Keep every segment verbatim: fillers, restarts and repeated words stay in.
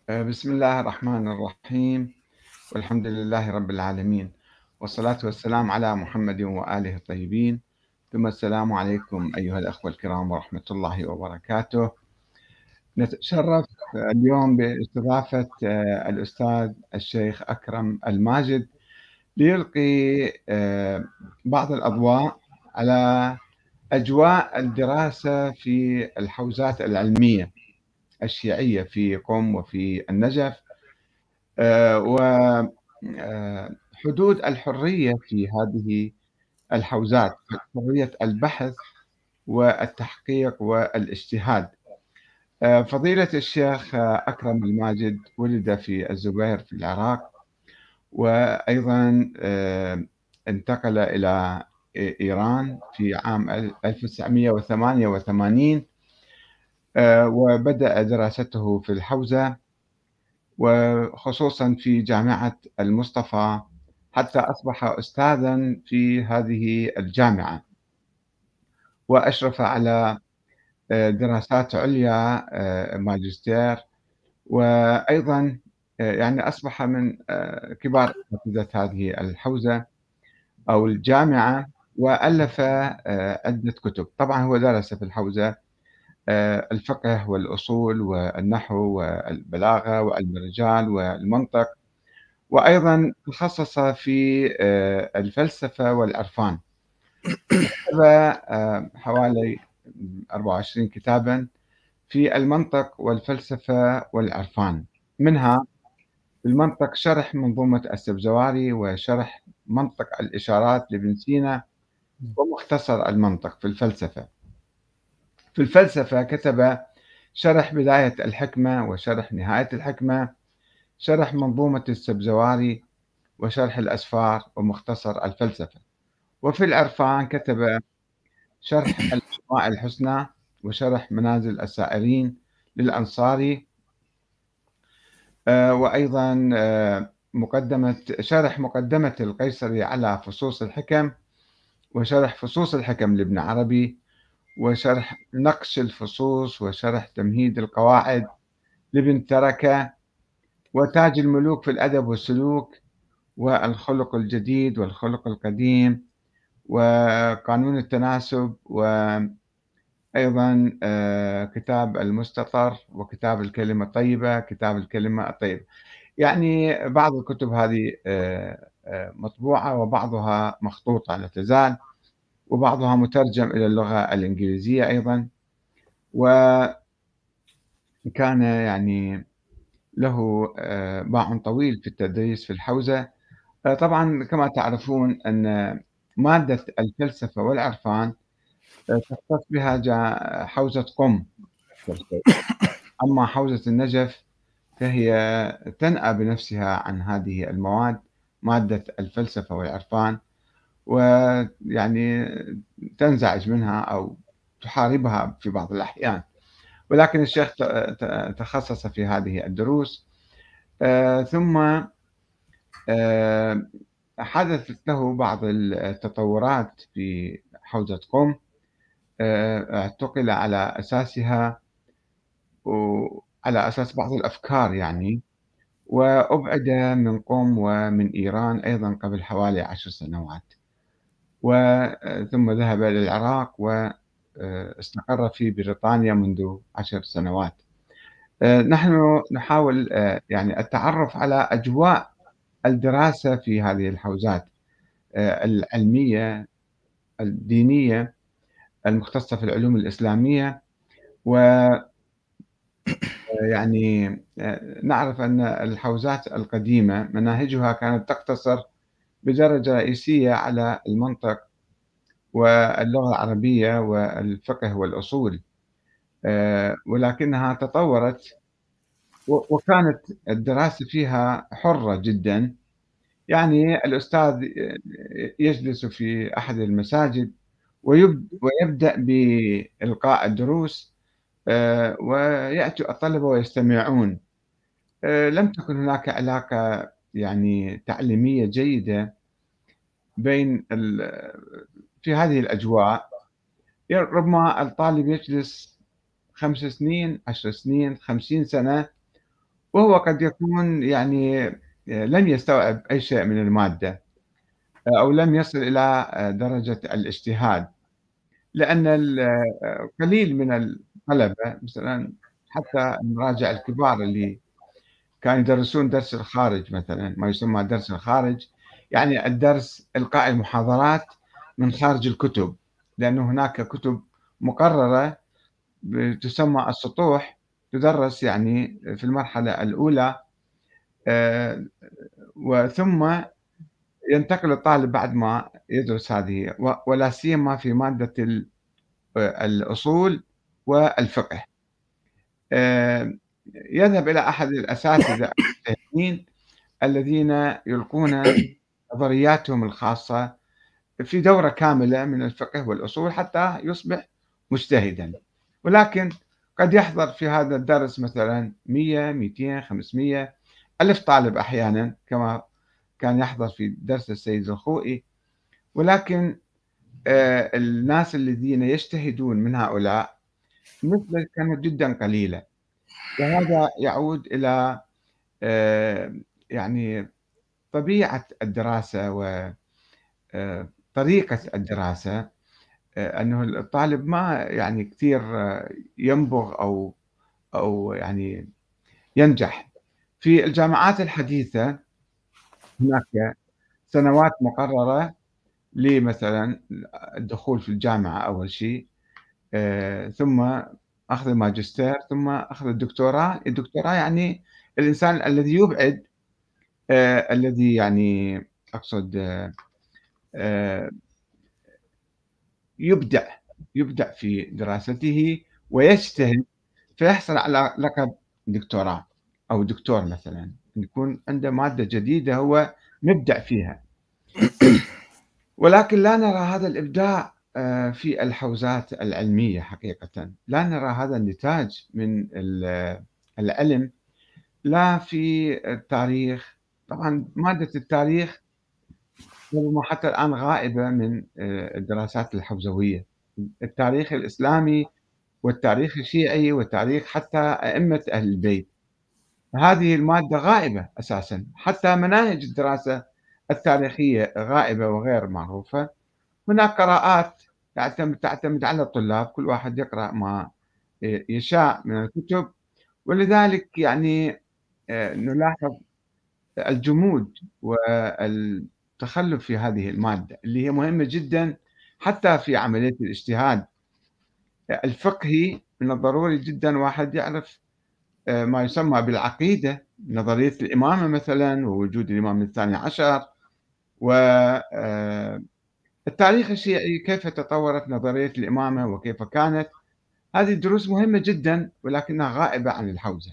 آه، بسم الله الرحمن الرحيم، والحمد لله رب العالمين، والصلاة والسلام على محمد وآله الطيبين. ثم السلام عليكم أيها الأخوة الكرام ورحمة الله وبركاته. نتشرف اليوم باستضافة آه، الأستاذ الشيخ أكرم الماجد ليلقي آه، بعض الأضواء على أجواء الدراسة في الحوزات العلمية الشيعية في قم وفي النجف، آه، وحدود الحرية في هذه الحوزات، حرية البحث والتحقيق والاجتهاد. آه، فضيلة الشيخ آه، أكرم الماجد ولد في الزبير في العراق، وأيضا آه، انتقل إلى إيران في عام ألف وتسعمئة وثمانية وثمانين، آه، وبدأ دراسته في الحوزة وخصوصا في جامعة المصطفى، حتى أصبح أستاذا في هذه الجامعة، وأشرف على آه، دراسات عليا، آه، ماجستير، وأيضا آه، يعني أصبح من آه، كبار أساتذة هذه الحوزة أو الجامعة، وألف آه، عدة كتب. طبعا هو درس في الحوزة آه، الفقه والأصول والنحو والبلاغة وعلم الرجال والمنطق، وأيضًا تخصص في آآ الفلسفة والعرفان، وكتب آآ حوالي أربعة وعشرين كتابًا في المنطق والفلسفة والعرفان، منها في المنطق شرح منظومة السبزواري، وشرح منطق الإشارات لابن سينا، ومختصر المنطق في الفلسفة. في الفلسفة كتب شرح بداية الحكمة، وشرح نهاية الحكمة، شرح منظومة السبزواري، وشرح الأسفار، ومختصر الفلسفة. وفي العرفان كتب شرح الأسماء الحسنى، وشرح منازل السائرين للأنصاري، آه، وأيضا آه، مقدمة شرح مقدمة القيصري على فصوص الحكم، وشرح فصوص الحكم لابن عربي، وشرح نقش الفصوص، وشرح تمهيد القواعد لابن تركة، وتاج الملوك في الأدب والسلوك، والخلق الجديد والخلق القديم، وقانون التناسب، وأيضا آه، كتاب المستطر، وكتاب الكلمة الطيبة، كتاب الكلمة الطيبة. يعني بعض الكتب هذه آه، آه، مطبوعة، وبعضها مخطوطة لا تزال، وبعضها مترجم إلى اللغة الإنجليزية أيضا. وكان يعني له آه، باع طويل في التدريس في الحوزة. آه، طبعا كما تعرفون أن مادة الفلسفة والعرفان آآ تختص بها جا حوزة قُم أكثر شيء، أما حوزة النجف فهي تنأى بنفسها عن هذه المواد، مادة الفلسفة والعرفان، ويعني تنزعج منها أو تحاربها في بعض الأحيان، ولكن الشيخ ت ت تخصص في هذه الدروس. آآ ثم آآ حدثت له بعض التطورات في حوزة قُم، آآ اعتُقل على أساسها، وعلى أساس بعض الأفكار يعني، وأُبعد من قُم ومن إيران أيضًا قبل حوالي عشر سنوات، وثم ذهب إلى العراق، و آآ استقر في بريطانيا منذ عشر سنوات. آآ نحن نحاول آآ يعني التعرُّف على أجواء الدراسة في هذه الحوزات آآ العلمية الدينية المختصة في العلوم الإسلامية، و يعني آآ نعرف أن الحوزات القديمة مناهجها كانت تقتصر بدرجة رئيسية على المنطق واللغة العربية والفقه والأصول، آآ ولكنها تطورت، و وكانت الدراسة فيها حرة جدًا. يعني الأستاذ ي يجلس في أحد المساجد ويب ويبدأ بإلقاء الدروس، آآ ويأتي الطلبة ويستمعون. آآ لم تكن هناك علاقة يعني تعليمية جيدة بين ال في هذه الأجواء. ي ربما الطالب يجلس خمس سنين، عشر سنين، خمسين سنة، وهو قد يكون يعني آآ لم يستوعب أي شيء من المادة أو لم يصل إلى آآ درجة الاجتهاد، لأن ال آآ قليل من الطلبة مثلًا حتى المراجع الكبار اللي كانوا يدرسون درس الخارج مثلًا، ما يسمى درس الخارج، يعني الدرس إلقاء المحاضرات من خارج الكتب، لأنه هناك كتب مقررة ب تسمى السطوح، تدرس يعني في المرحلة الأولى آآ وثم ينتقل الطالب بعد ما يدرس هذه و ولا سيما في مادة ال آآ الأصول والفقه. آآ يذهب إلى أحد الأساتذة المجتهدين الذين يلقون نظرياتهم الخاصة في دورة كاملة من الفقه والأصول حتى يصبح مجتهدًا، ولكن قد يحضر في هذا الدرس مثلًا مئة، مئتين، خمسمئة، ألف طالب أحيانًا كما كان يحضر في درس السيد الخوئي، ولكن آآ الناس الذين يجتهدون من هؤلاء نسبة كانت جدًا قليلة، وهذا يعود إلى آآ يعني طبيعة الدراسة و آآ طريقة الدراسة، آآ أنه الطالب ما يعني كثير آه، ينبُغ أو أو يعني ينجح. في الجامعات الحديثة هناك سنوات مقررة لمثلًا الدخول في الجامعة أول شيء، آآ ثم أخذ الماجستير، ثم أخذ الدكتوراه. الدكتوراه يعني الإنسان الذي يُبعد، آآ الذي يعني أقصد آآ يُبدع، يُبدع في دراسته ويجتهد فيحصل على لقب دكتوراه أو دكتور مثلًا، يكون عنده مادة جديدة هو مبدع فيها، ولكن لا نرى هذا الإبداع آآ في الحوزات العلمية حقيقةً، لا نرى هذا النتاج من ال العلم لا في التاريخ. طبعًا مادة التاريخ ربما حتى الآن غائبة من آآ الدراسات الحوزوية، التاريخ الإسلامي والتاريخ الشيعي وتاريخ حتى أئمة أهل البيت. هذه المادة غائبة أساسًا، حتى مناهج الدراسة التاريخية غائبة وغير معروفة، هناك قراءات تعتمد تعتمد على الطلاب، كل واحد يقرأ ما ي يشاء من الكتب، ولذلك يعني آآ نلاحظ الجمود والتخلُّف في هذه المادة، اللي هي مهمة جدًا حتى في عملية الاجتهاد الفقهي. من الضروري جدًا واحد يعرف آآ ما يسمى بالعقيدة، نظرية الإمامة مثلًا ووجود الإمام الثاني عشر، و آآ التاريخ الشيعي كيف تطورت نظرية الإمامة وكيف كانت. هذه دروس مهمة جدًا ولكنها غائبة عن الحوزة،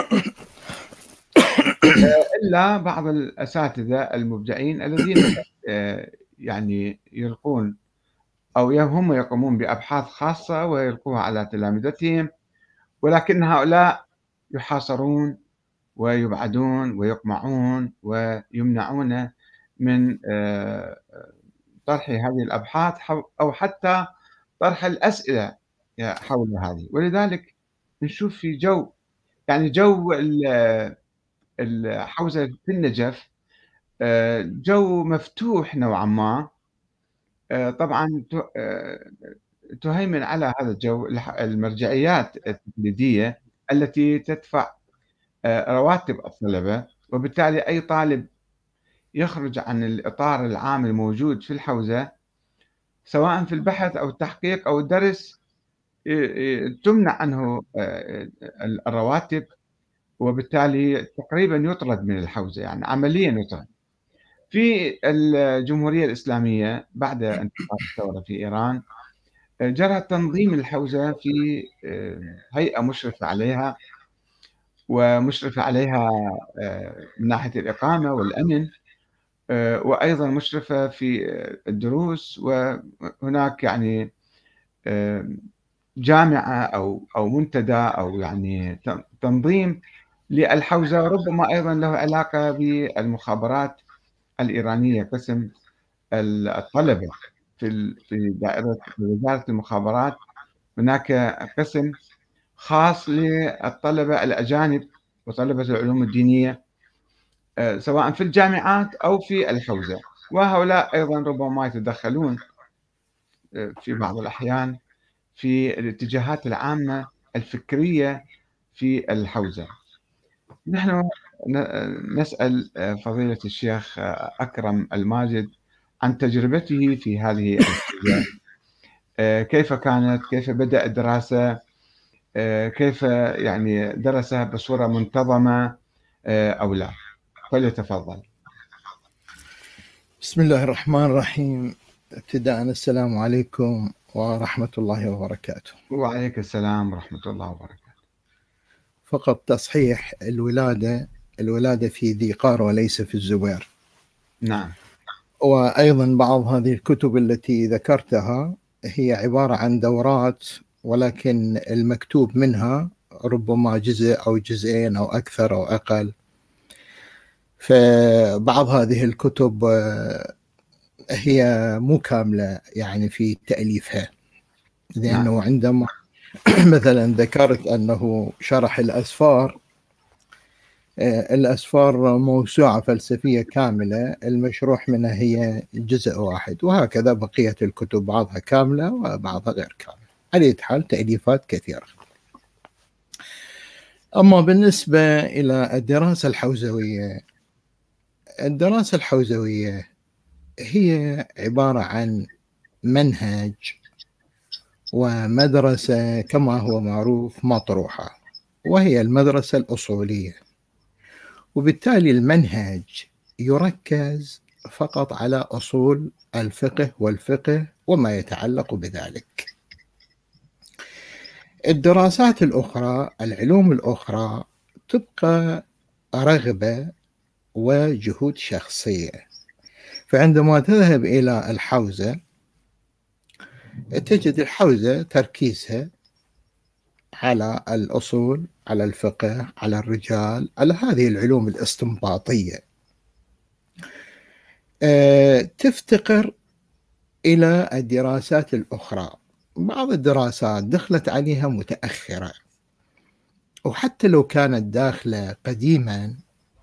إلا بعض الأساتذة المبدعين الذين آآ يعني يلقون أو ي هم يقومون بأبحاث خاصة ويلقوها على تلامذتهم، ولكن هؤلاء يحاصرون ويُبعدون ويُقمعون ويمنعون من آآ طرح هذه الأبحاث حو أو حتى طرح الأسئلة ي حول هذه، ولذلك نشوف في جو يعني جو ال الحوزة في النجف آآ جو مفتوح نوعًا ما. آآ طبعًا ت آآ تهيمن على هذا الجو الح المرجعيات التقليدية التي تدفع آآ رواتب الطلبة، وبالتالي أي طالب يخرج عن الإطار العام الموجود في الحوزة سواء في البحث أو التحقيق أو الدرس ي ي تُمنع عنه آآ ال الرواتب، وبالتالي تقريبًا يُطرد من الحوزة، يعني عمليًا يُطرد. في الجمهورية الإسلامية بعد انتهاء الثورة في إيران آآ جرى تنظيم الحوزة في آآ هيئة مُشرف عليها ومُشرف عليها آآ من ناحية الإقامة والأمن، آآ وأيضًا مُشرفة في الدروس، وهناك يعني آآ جامعة أو أو منتدى أو يعني ت تنظيم للحوزة، وربما أيضًا له علاقة بالمخابرات الإيرانية، قسم ال الطلبة في ال في دائرة في وزارة المخابرات هناك قسم خاص للطلبة الأجانب وطلبة العلوم الدينية سواء في الجامعات أو في الحوزة، وهؤلاء أيضا ربما يتدخلون في بعض الأحيان في الاتجاهات العامة الفكرية في الحوزة. نحن نسأل فضيلة الشيخ أكرم الماجد عن تجربته في هذه الحوزة، كيف كانت، كيف بدأ الدراسة، كيف يعني درسها بصورة منتظمة أو لا، فليتفضل. بسم الله الرحمن الرحيم. ابتداء السلام عليكم ورحمة الله وبركاته. وعليك السلام ورحمة الله وبركاته. فقط تصحيح، الولادة الولادة في ذي قار وليس في الزبير. نعم. وأيضا بعض هذه الكتب التي ذكرتها هي عبارة عن دورات، ولكن المكتوب منها ربما جزء أو جزئين أو أكثر أو أقل. فبعض هذه الكتب هي مو كاملة يعني في تأليفها، لأنه نعم. عندما مثلا ذكرت أنه شرح الأسفار، الأسفار موسوعة فلسفية كاملة، المشروح منها هي جزء واحد، وهكذا بقية الكتب بعضها كاملة وبعضها غير كاملة. على حال تأليفات كثيرة. أما بالنسبة إلى الدراسة الحوزوية، الدراسة الحوزوية هي عبارة عن منهج ومدرسة كما هو معروف مطروحة، وهي المدرسة الأصولية. وبالتالي المنهج يركز فقط على أصول الفقه والفقه وما يتعلق بذلك. الدراسات الأخرى، العلوم الأخرى، تبقى رغبة وجهود شخصية. فعندما تذهب إلى الحوزة تجد الحوزة تركيزها على الأصول، على الفقه، على الرجال، على هذه العلوم الاستنباطية. أه تفتقر إلى الدراسات الأخرى. بعض الدراسات دخلت عليها متأخرة، وحتى لو كانت داخلة قديما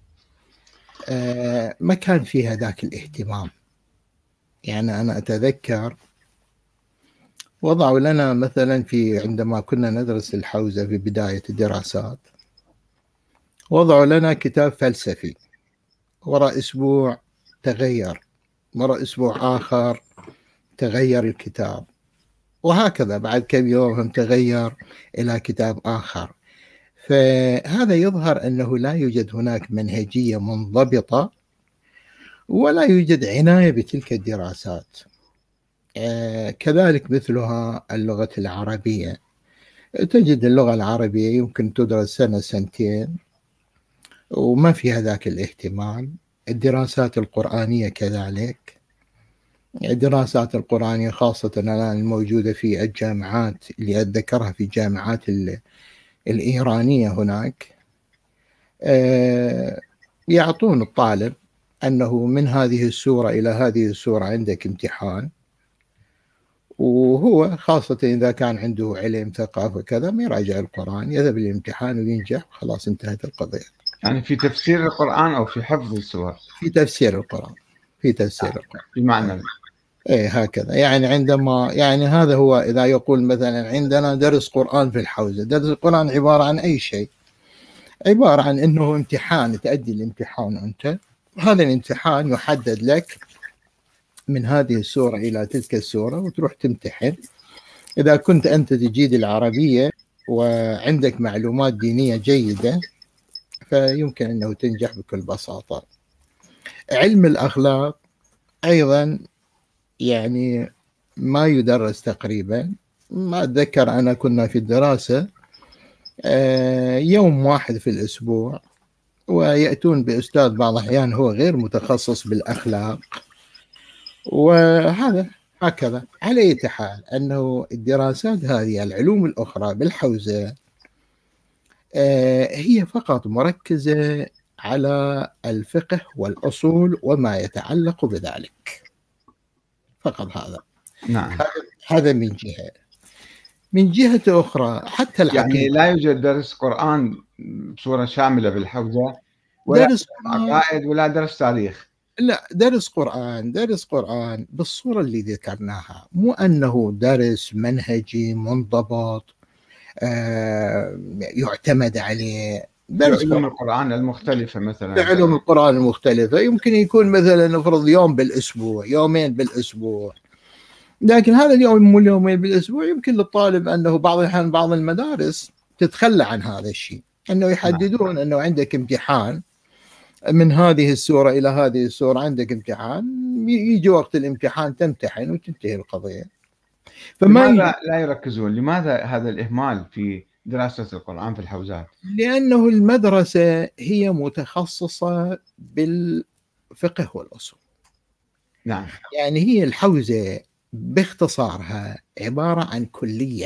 أه ما كان فيها ذاك الاهتمام. يعني أنا أتذكر وضعوا لنا مثلا في عندما كنا ندرس الحوزة في بداية الدراسات، وضعوا لنا كتاب فلسفي، وراء أسبوع تغير، وراء أسبوع آخر تغير الكتاب، وهكذا بعد كم يوم هم تغير إلى كتاب آخر. فهذا يظهر أنه لا يوجد هناك منهجية منضبطة، ولا يوجد عناية بتلك الدراسات. آه كذلك مثلها اللغة العربية. تجد اللغة العربية يمكن تدرس سنة سنتين وما فيها ذاك الاهتمام. الدراسات القرآنية كذلك. الدراسات القرآنية خاصة الآن الموجودة في الجامعات اللي أتذكرها في الجامعات الإيرانية هناك، يعطون الطالب أنه من هذه السورة إلى هذه السورة عندك امتحان، وهو خاصة إذا كان عنده علم ثقافة كذا ما يراجع القرآن، يذهب الامتحان وينجح، خلاص انتهت القضية. يعني في تفسير القرآن أو في حفظ السور؟ في تفسير القرآن، في تفسير القرآن بمعنى ايه هكذا. يعني عندما يعني هذا هو إذا يقول مثلا عندنا درس قرآن في الحوزة، درس القرآن عبارة عن أي شيء، عبارة عن أنه امتحان، تأدي الامتحان أنت، هذا الامتحان يحدد لك من هذه السورة إلى تلك السورة وتروح تمتحن. إذا كنت أنت تجيد العربية وعندك معلومات دينية جيدة فيمكن أنه تنجح بكل بساطة. علم الأخلاق أيضا يعني ما يدرس تقريبا. ما أتذكر أنا كنا في الدراسة يوم واحد في الأسبوع، ويأتون بأستاذ بعض الأحيان هو غير متخصص بالأخلاق، وهذا هكذا. على أي حال أنه الدراسات هذه العلوم الأخرى بالحوزة هي فقط مركزة على الفقه والأصول وما يتعلق بذلك فقط. هذا نعم. هذا من جهة. من جهة أخرى حتى يعني العقيدة. لا يوجد درس قرآن بصورة شاملة بالحوزة، ولا درس درس قرآن، عقائد، ولا درس تاريخ. لا درس قرآن، درس قرآن بالصورة اللي ذكرناها، مو أنه درس منهجي منضبط آه يعتمد عليه. درس بعلوم قرآن القرآن المختلفة مثلًا. بعلوم القرآن المختلفة يمكن يكون مثلا نفرض يوم بالأسبوع، يومين بالأسبوع، لكن هذا اليوم مو اليومين بالأسبوع. يمكن للطالب أنه بعض الأحيان بعض المدارس تتخلى عن هذا الشيء، أنه نعم. يحددون أنه عندك امتحان من هذه السورة إلى هذه السورة، عندك امتحان، يجي وقت الامتحان تمتحن وتنتهي القضية. فما يجي، لماذا لا يركزون؟ لماذا هذا الإهمال في دراسة القرآن في الحوزات؟ لأنه المدرسة هي متخصصة بالفقه والأصول. نعم. يعني هي الحوزة باختصارها عبارة عن كلية،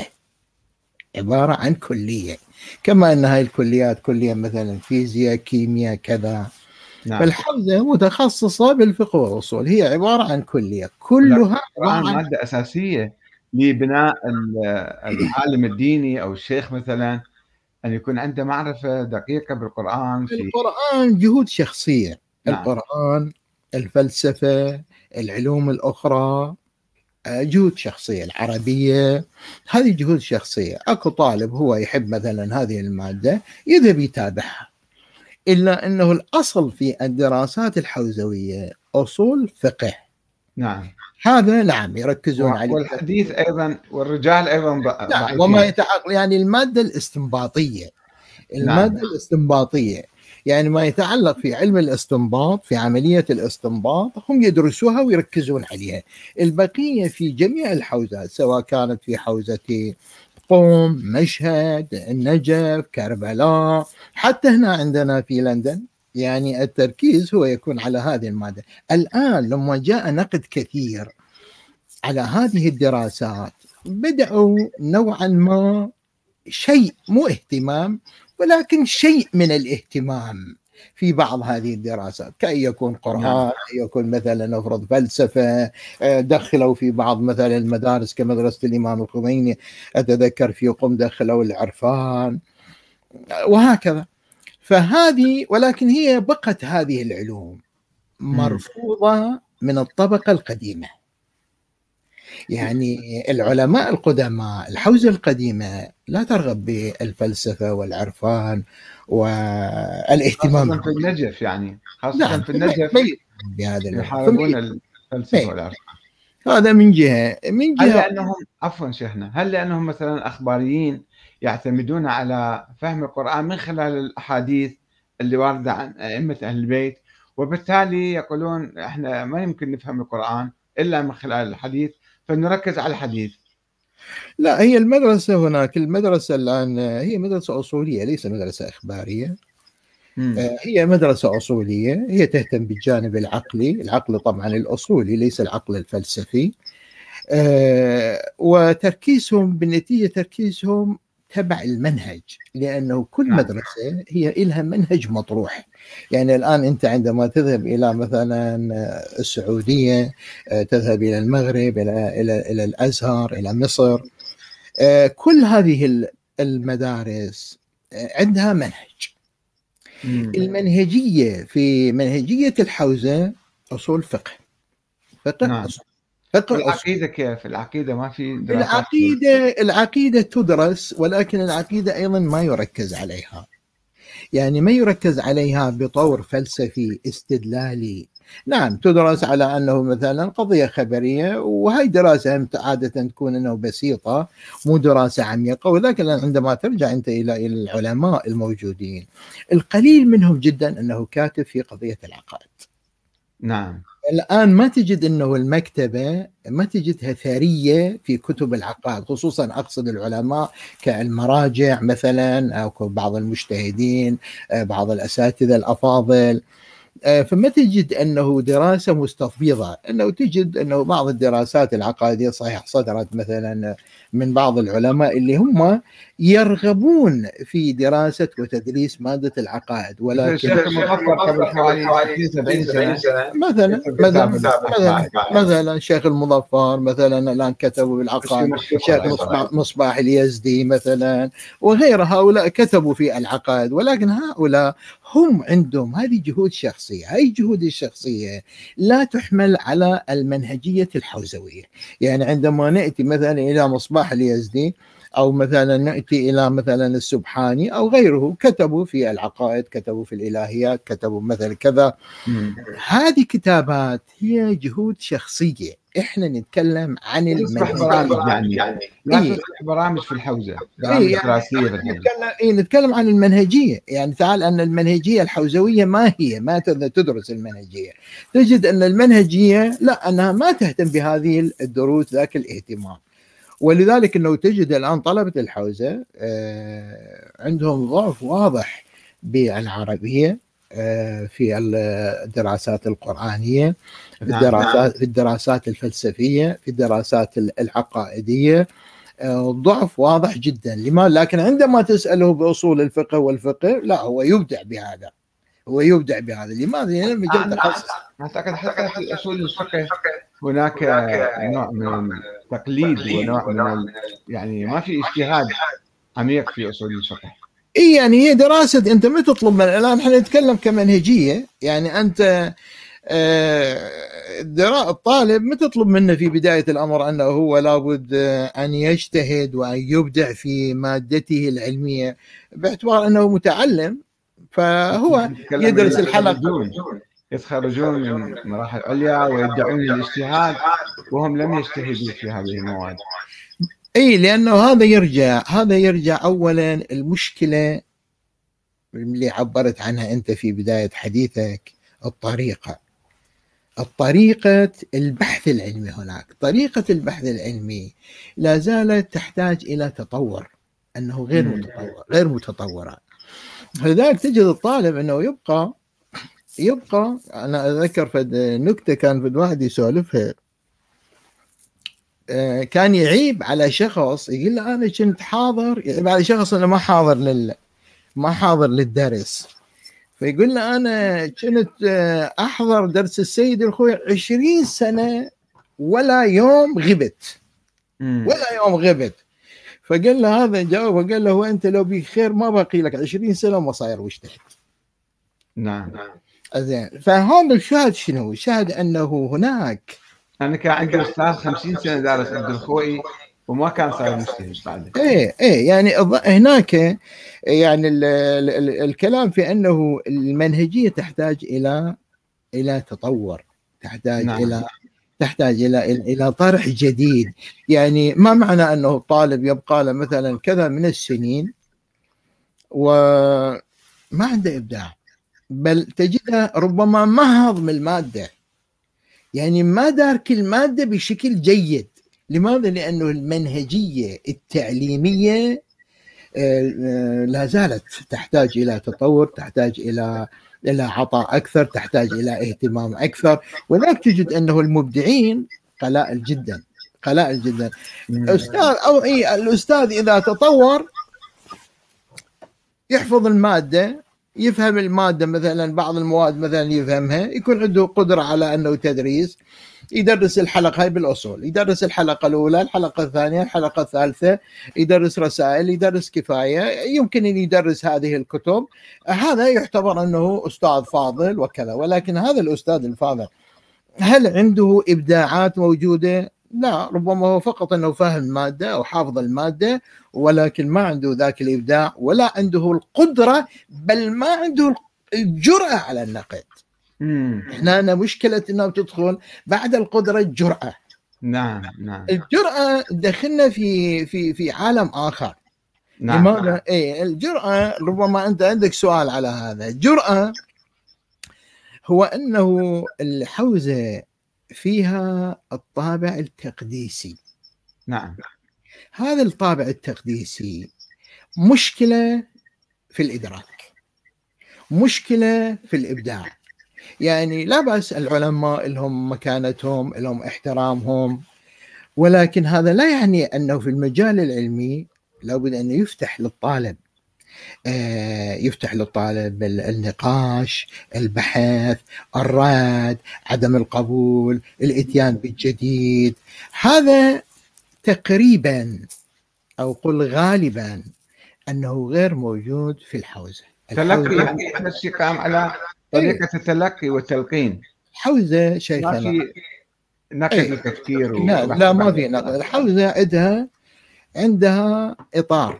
عبارة عن كلية، كما أن هاي الكليات كلية مثلا فيزياء كيمياء كذا. نعم. فالحوزة متخصصة بالفقه والأصول، هي عبارة عن كلية كلها القرآن عبارة عن مادة أساسية لبناء ال العالم الديني أو الشيخ مثلًا، أن يكون عنده معرفة دقيقة بالقرآن في. القرآن جهود شخصية. نعم. القرآن، الفلسفة، العلوم الأخرى جهود شخصية. العربية هذه جهود شخصية. أكو طالب هو يحب مثلا هذه المادة يذهب يتابعها، إلا أنه الأصل في الدراسات الحوزوية أصول فقه. نعم. هذا نعم يركزون عليه. والحديث أيضًا، والرجال أيضًا ض نعم، وما ضعيفين. يتعلق يعني المادة الاستنباطية، نعم. المادة الاستنباطية يعني ما يتعلق في علم الاستنباط، في عملية الاستنباط هم يدرسوها ويركزون عليها. البقية في جميع الحوزات سواء كانت في حوزة قم، مشهد، النجف، كربلاء، حتى هنا عندنا في لندن، يعني التركيز هو يكون على هذه المادة. الآن لما جاء نقد كثير على هذه الدراسات بدأوا نوعا ما شيء مو اهتمام، ولكن شيء من الاهتمام في بعض هذه الدراسات، كأن يكون قرآن، نعم. كأن يكون مثلا نفرض فلسفة. دخلوا في بعض مثلا المدارس كمدرسة الإمام الخميني، أتذكر في قم دخلوا العرفان وهكذا. فهذه، ولكن هي بقت هذه العلوم إمم. مرفوضة من الطبقة القديمة. يعني العلماء القدماء، الحوزة القديمة لا ترغب بالفلسفة والعرفان والاهتمام. خاصةً في النجف يعني، خاصةً نعم، في النجف ميت بهذا العلم. يحاربون الفلسفة ميت. والعرفان. هذا من جهة. من هل جهة لأنهم عفوًا شيخنا، هل لأنهم مثلًا أخباريين يعتمدون على فهم القرآن من خلال الأحاديث اللي واردة عن أئمة أهل البيت، وبالتالي يقولون إحنا ما يمكن نفهم القرآن إلا من خلال الحديث، فنركز على الحديث؟ لا، هي المدرسة هناك، المدرسة الآن هي مدرسة أصولية ليس مدرسة إخبارية. إمم. هي مدرسة أصولية، هي تهتم بالجانب العقلي، العقل طبعا الأصولي ليس العقل الفلسفي. وتركيزهم بالنتيجة تركيزهم تبع المنهج، لأنه كل نعم. مدرسة هي لها منهج مطروح. يعني الآن أنت عندما تذهب إلى مثلا السعودية، تذهب إلى المغرب، إلى إلى إلى الأزهر، إلى مصر، كل هذه المدارس عندها منهج. إمم. المنهجية في منهجية الحوزة أصول فقه، فقه نعم. أصول، فقه أصول. والعقيدة كيف؟ العقيدة ما في دراسات فيها؟ العقيدة العقيدة تدرس، ولكن العقيدة أيضا ما يركز عليها، يعني ما يركز عليها بطور فلسفي استدلالي. نعم تدرس على أنه مثلا قضية خبرية، وهي دراسة عادة تكون أنه بسيطة، مو دراسة عميقة. ولكن عندما ترجع أنت إلى العلماء الموجودين، القليل منهم جدا أنه كاتب في قضية العقائد. نعم. الآن ما تجد أنه المكتبة ما تجدها ثرية في كتب العقائد، خصوصا أقصد العلماء كالمراجع مثلا، أو بعض المجتهدين، بعض الأساتذة الأفاضل. فما تجد أنه دراسة مستفيضة. أنه تجد أنه بعض الدراسات العقائدية صحيح صدرت مثلا من بعض العلماء اللي هم يرغبون في دراسة وتدريس مادة العقائد، ولكن الشيخ المظفر قبل حوالي اثنين وسبعين سنة مثلا كتب مثلا كتاب مثلا العقائد. مثلا شيخ المظفر مثلا الآن كتبوا بالعقائد، شيخ مصباح, مصباح اليزدي مثلا وغير هؤلاء كتبوا في العقائد، ولكن هؤلاء هم عندهم هذه جهود شخصية. هذه الجهود الشخصية لا تحمل على المنهجية الحوزوية. يعني عندما نأتي مثلا إلى مصباح اليزدي أو مثلا نأتي إلى مثلا السبحاني أو غيره، كتبوا في العقائد، كتبوا في الإلهيات، كتبوا مثلا كذا. مم. هذه كتابات هي جهود شخصية. إحنا نتكلم عن تصبح المنهج برامج، يعني لا إيه؟ تصبح برامج في الحوزة، إيه برامج يعني دراسية في الحوزة. نتكلم إيه نتكلم عن المنهجية. يعني تعال أن المنهجية الحوزوية ما هي ما تدرس المنهجية، تجد أن المنهجية لا، أنها ما تهتم بهذه الدروس ذاك الاهتمام. ولذلك أنه تجد الآن طلبة الحوزة عندهم ضعف واضح بالعربية، في الدراسات القرآنية، في الدراسات في الدراسات الفلسفية، في الدراسات العقائدية، ضعف واضح جدا. لما؟ لكن عندما تسأله بأصول الفقه والفقه لا، هو يبدع بهذا، هو يبدع بهذا. لماذا؟ لأنه مجال تخصص. أعتقد حتى في أصول الفقه هناك نوع من التقليد ونوع من ال... يعني ما في اجتهاد عميق في أصول الفقه. اي يعني هي دراسة، انت ما تطلب من الان احنا نتكلم كمنهجية. يعني انت الطالب ما تطلب منه في بداية الامر انه هو لابد ان يجتهد وان يبدع في مادته العلمية باعتبار انه متعلم، فهو يدرس الحلقة. يتخرجون من مراحل عليا ويدعون الاجتهاد وهم لم يجتهدوا في هذه المواد. اي لانه هذا يرجع هذا يرجع اولا المشكلة اللي عبرت عنها أنت في بداية حديثك، الطريقة الطريقة البحث العلمي. هناك طريقة البحث العلمي لا زالت تحتاج إلى تطور، أنه غير متطور غير متطورة. لذلك تجد الطالب أنه يبقى يبقى أنا أذكر فد نكتة كان فد واحد يسولفها، كان يعيب على شخص يقول له أنا كنت حاضر، يعيب على شخص أنا ما حاضر لل ما حاضر للدرس، فيقول له أنا كنت أحضر درس السيد الخوي عشرين سنة ولا يوم غبت ولا يوم غبت. فقال له هذا جاوب وقال له وأنت لو بيك خير ما باقي لك عشرين سنة وما صاير واجتهد. نعم. زين، فهذا الشاهد شنو؟ شاهد أنه هناك أنا كان عندي أستاذ خمسين سنة دارس عبد الخوئي وما كان صار مجتهد بعد. ايه ايه يعني هناك يعني ال ال الكلام في انه المنهجيه تحتاج الى الى تطور، تحتاج نعم. الى تحتاج الى الى طرح جديد. يعني ما معنى انه الطالب يبقى له مثلا كذا من السنين وما عنده ابداع، بل تجده ربما ما هضم الماده، يعني ما دارك الماده بشكل جيد. لماذا؟ لأنه المنهجية التعليمية لا زالت تحتاج إلى تطور، تحتاج إلى إلى عطاء أكثر، تحتاج إلى اهتمام أكثر. وذلك تجد أنه المبدعين قلائل جدا قلائل جدا. أستاذ أو إيه الأستاذ إذا تطور يحفظ المادة، يفهم المادة، مثلا بعض المواد مثلا يفهمها، يكون عنده قدرة على أنه تدريس، يدرس الحلقة هاي بالأصول، يدرس الحلقة الأولى، الحلقة الثانية، الحلقة الثالثة، يدرس رسائل، يدرس كفاية، يمكن أن يدرس هذه الكتب. هذا يعتبر أنه أستاذ فاضل وكذا. ولكن هذا الأستاذ الفاضل هل عنده إبداعات موجودة؟ لا، ربما هو فقط أنه فاهم المادة أو حافظ المادة، ولكن ما عنده ذاك الإبداع ولا عنده القدرة، بل ما عنده الجرأة على النقد. احنا أنا مشكلة انه تدخل بعد القدرة الجرأة. نعم نعم. الجرأة دخلنا في في في عالم آخر. نعم. لماذا؟ نعم. ايه الجرأة، ربما انت عندك سؤال على هذا. الجرأة هو انه الحوزة فيها الطابع التقديسي. نعم. هذا الطابع التقديسي مشكلة في الإدراك، مشكلة في الإبداع. يعني لا بأس العلماء لهم مكانتهم، لهم احترامهم، ولكن هذا لا يعني أنه في المجال العلمي لابد أن يفتح للطالب، يفتح للطالب النقاش، البحث، الرد، عدم القبول، الاتيان بالجديد. هذا تقريبا أو قل غالبا أنه غير موجود في الحوزة. تلقي يعني هذا الشيء قام على طريقة التلقي والتلقين. حوزة شيخنا ما في نقد للتفكير. لا لا ما في نقد. الحوزة عندها عندها إطار،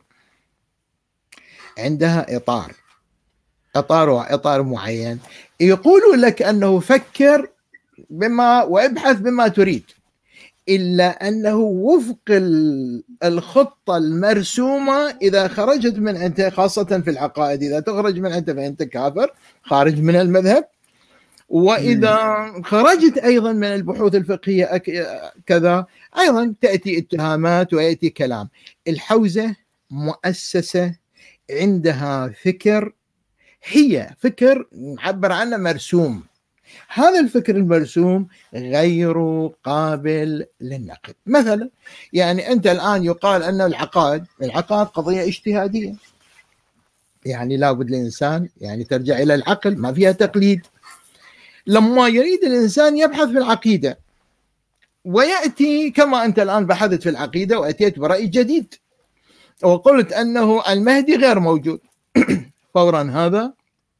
عندها إطار إطار إطار معين، يقولوا لك أنه فكر بما وابحث بما تريد، إلا أنه وفق الخطة المرسومة. إذا خرجت من أنت، خاصة في العقائد، إذا تخرج من أنت فأنت كافر خارج من المذهب، وإذا خرجت أيضا من البحوث الفقهية كذا أيضا تأتي اتهامات ويأتي كلام. الحوزة مؤسسة عندها فكر، هي فكر نعبر عنه مرسوم. هذا الفكر المرسوم غير قابل للنقد. مثلا يعني أنت الآن يقال أن العقائد العقائد قضية اجتهادية، يعني لابد الإنسان يعني ترجع إلى العقل، ما فيها تقليد. لما يريد الإنسان يبحث في العقيدة ويأتي كما أنت الآن بحثت في العقيدة وأتيت برأي جديد وقلت أنه المهدي غير موجود، فورا هذا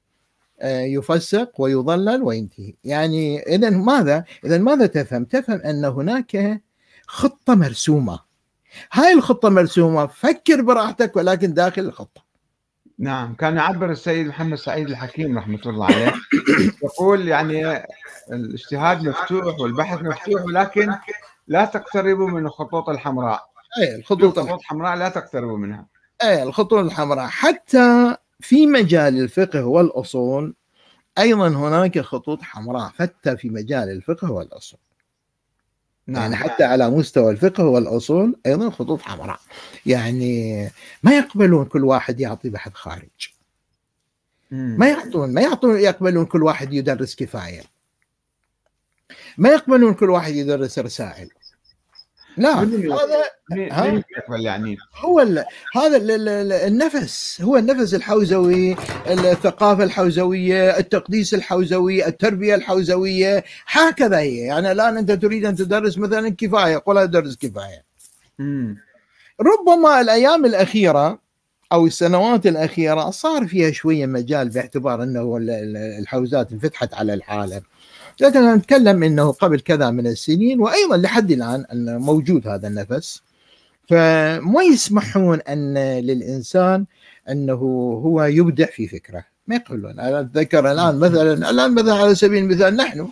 يفسق ويضلل وينتهي. يعني إذا ماذا إذا ماذا تفهم؟ تفهم أن هناك خطة مرسومة. هاي الخطة مرسومة، فكر براحتك ولكن داخل الخطة. نعم، كان يعبر السيد محمد سعيد الحكيم رحمة الله عليه، يقول يعني الاجتهاد مفتوح والبحث مفتوح، ولكن لا تقتربوا من الخطوط الحمراء. أي الخطوط الحمراء لا تقتربوا منها. أي الخطوط الحمراء. حتى في مجال الفقه والأصول أيضا هناك خطوط حمراء، حتى في مجال الفقه والأصول. نعم. يعني حتى على مستوى الفقه والأصول أيضا خطوط حمراء. يعني ما يقبلون كل واحد يعطي بحث خارج، ما يعطون ما يعطون يقبلون كل واحد يدرس كفاية، ما يقبلون كل واحد يدرس رسائل. لا، هذا يعني هو هذا النفس، هو النفس الحوزوي، الثقافة الحوزوية، التقديس الحوزوي، التربية الحوزوية، هكذا هي. يعني الآن أنت تريد أن تدرس مثلا كفاية، قل أدرس كفاية. مم. ربما الأيام الأخيرة أو السنوات الأخيرة صار فيها شوية مجال باعتبار أنه الحوزات انفتحت على العالم، لكن نتكلم أنه قبل كذا من السنين وأيضا لحد الآن أن موجود هذا النفس، فما يسمحون أن للإنسان أنه هو يبدع في فكرة، ما يقولون. أنا أتذكر الآن مثلا الآن مثلا على سبيل المثال نحن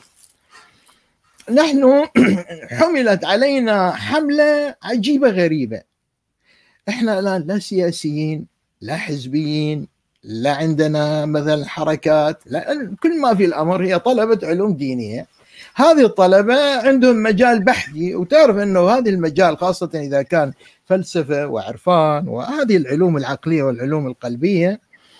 نحن حملت علينا حملة عجيبة غريبة. إحنا الآن لا سياسيين لا حزبيين لا عندنا مثلا حركات، لا، كل ما في الأمر هي طلبة علوم دينية. هذه الطلبة عندهم مجال بحثي، وتعرف أنه هذه المجال خاصة إذا كان فلسفة وعرفان وهذه العلوم العقلية والعلوم القلبية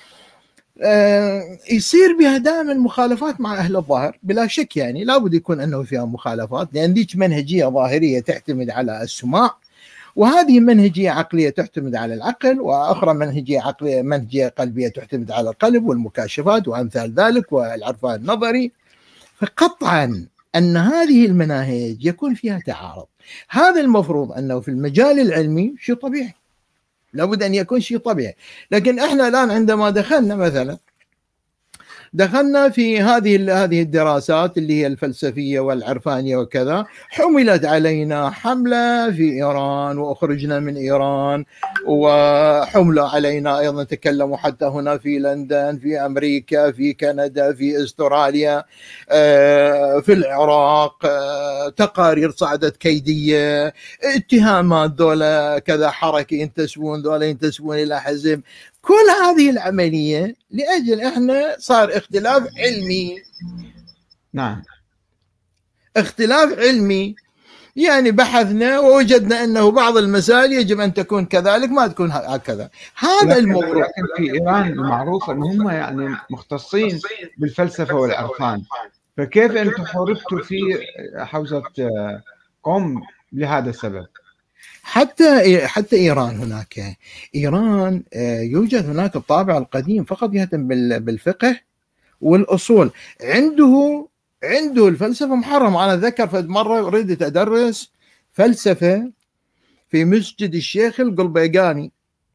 يصير بها دائما مخالفات مع أهل الظاهر بلا شك. يعني لابد يكون أنه فيها مخالفات، لأن ديك منهجية ظاهرية تعتمد على السماع، وهذه منهجية عقلية تعتمد على العقل، وأخرى منهجية عقلية منهجية قلبية تعتمد على القلب والمكاشفات وأمثال ذلك والعرفان النظري. فقطعا أن هذه المناهج يكون فيها تعارض. هذا المفروض أنه في المجال العلمي شيء طبيعي، لابد أن يكون شيء طبيعي. لكن إحنا الآن عندما دخلنا مثلا دخلنا في هذه هذه الدراسات اللي هي الفلسفية والعرفانية وكذا، حملت علينا حملة في إيران وأخرجنا من إيران، وحملة علينا أيضا تكلموا حتى هنا في لندن، في أمريكا، في كندا، في أستراليا، في العراق، تقارير صعدت كيدية، اتهامات دولة كذا حركة ينتسبون، دولة ينتسبون إلى حزب. كل هذه العملية لأجل إحنا صار اختلاف علمي. نعم، اختلاف علمي، يعني بحثنا ووجدنا أنه بعض المسائل يجب أن تكون كذلك، ما تكون هكذا. هذا الموضوع. لكن في إيران المعروف أن هم يعني مختصين بالفلسفة والعرفان، فكيف أنتم حوربتوا في حوزة قوم لهذا السبب؟ حتى حتى إيران، هناك إيران يوجد هناك الطابع القديم فقط يهتم بالفقه والأصول. عنده عنده الفلسفة محرم. أنا أتذكر في مرة أريد أدرس فلسفة في مسجد الشيخ القلبيقاني،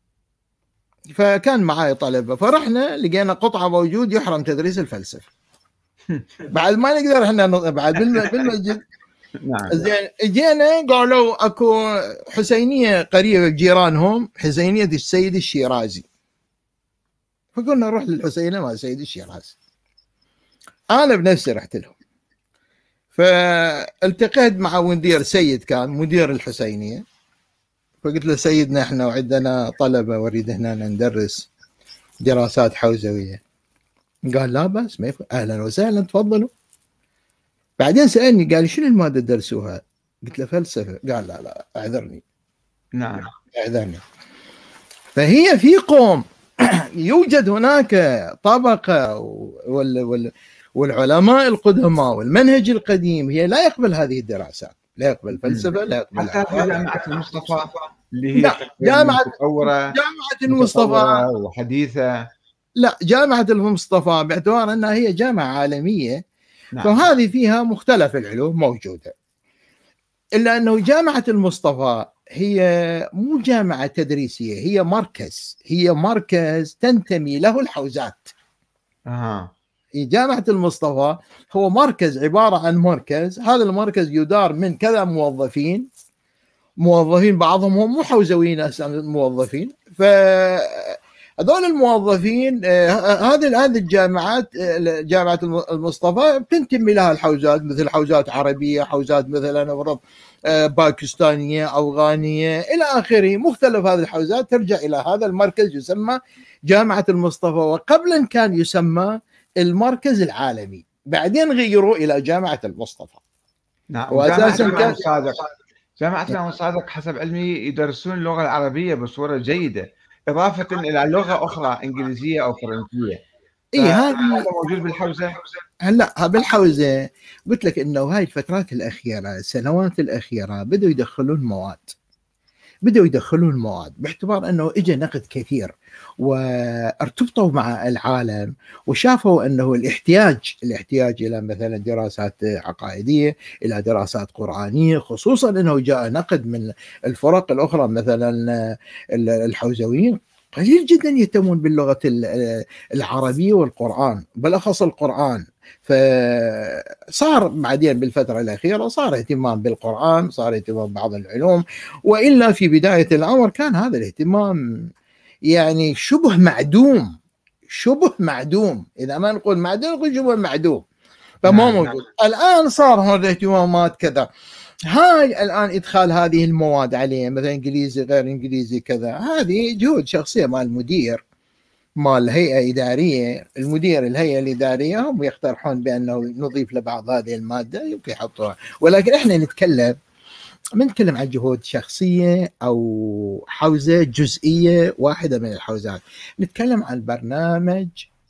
فكان معي طلبة، فرحنا لقينا قطعة موجود يحرم تدريس الفلسفة. بعد ما نقدر احنا بعد بالمسجد. نعم. زين اجينا قالوا اكو حسينيه قريبه بجيرانهم، حسينيه السيد الشيرازي، فقلنا نروح للحسينيه مع السيد الشيرازي. انا بنفسي رحت لهم، فالتقيت مع مدير سيد كان مدير الحسينيه، فقلت له سيدنا احنا وعندنا طلبه وريد هنا ندرس دراسات حوزويه. قال لا بس ما يفهم. اهلا وسهلا تفضلوا. بعدين سالني قال شنو الماده تدرسوها؟ قلت له فلسفه. قال لا لا اعذرني. نعم اعذرني. فهي في قوم يوجد هناك طبقه وال وال والعلماء القدماء والمنهج القديم هي لا يقبل هذه الدراسات، لا يقبل فلسفه، لا يقبل حتى في جامعه المصطفى اللي هي لا جامعه متطوره جامعه المصطفى وحديثه. لا جامعه المصطفى باعتبار انها هي جامعه عالميه، نعم. فهذه فيها مختلف العلوم موجوده، الا انه جامعه المصطفى هي مو جامعه تدريسيه، هي مركز، هي مركز تنتمي له الحوزات. اها. جامعه المصطفى هو مركز، عباره عن مركز، هذا المركز يدار من كذا موظفين، موظفين بعضهم هم مو حوزويين اصلا موظفين، ف هذول الموظفين هذه هذه الجامعات، جامعه المصطفى بتنتمي لها الحوزات، مثل حوزات عربيه، حوزات مثلا باكستانيه، افغانيه الى اخره، مختلف هذه الحوزات ترجع الى هذا المركز يسمى جامعه المصطفى، وقبلا كان يسمى المركز العالمي، بعدين غيروا الى جامعه المصطفى. نعم. واساسا كان صادق جامعه الإمام الصادق حسب علمي يدرسون اللغه العربيه بصوره جيده، إضافة إلى لغة أخرى إنجليزية أو فرنسية. إيه هذا موجود بالحوزة؟ هلا بالحوزة قلت لك إنه هاي الفترات الأخيرة، السنوات الأخيرة بدأوا يدخلون مواد، بدأوا يدخلون مواد باعتبار أنه إجا نقد كثير، وارتبطوا مع العالم وشافوا أنه الاحتياج الاحتياج إلى مثلا دراسات عقائدية، إلى دراسات قرآنية، خصوصا أنه جاء نقد من الفرق الأخرى مثلا الحوزويين قليل جدا يهتمون باللغة العربية والقرآن، بالأخص القرآن. فصار بعدين بالفترة الأخيرة صار اهتمام بالقرآن، صار اهتمام ببعض العلوم، وإلا في بداية الأمر كان هذا الاهتمام يعني شبه معدوم، شبه معدوم، إذا ما نقول معدوم نقول شبه معدوم، فما موجود. الآن صار هذا الاهتمامات كذا، هاي الآن إدخال هذه المواد عليه مثلا إنجليزي غير إنجليزي كذا، هذه جهود شخصية مال المدير، مال الهيئة إدارية، المدير الهيئة الإدارية هم يقترحون بأنه نضيف لبعض هذه المادة يمكن يحطوها، ولكن إحنا نتكلم ما نتكلم عن جهود شخصية أو حوزة جزئية واحدة من الحوزات، نتكلم عن برنامج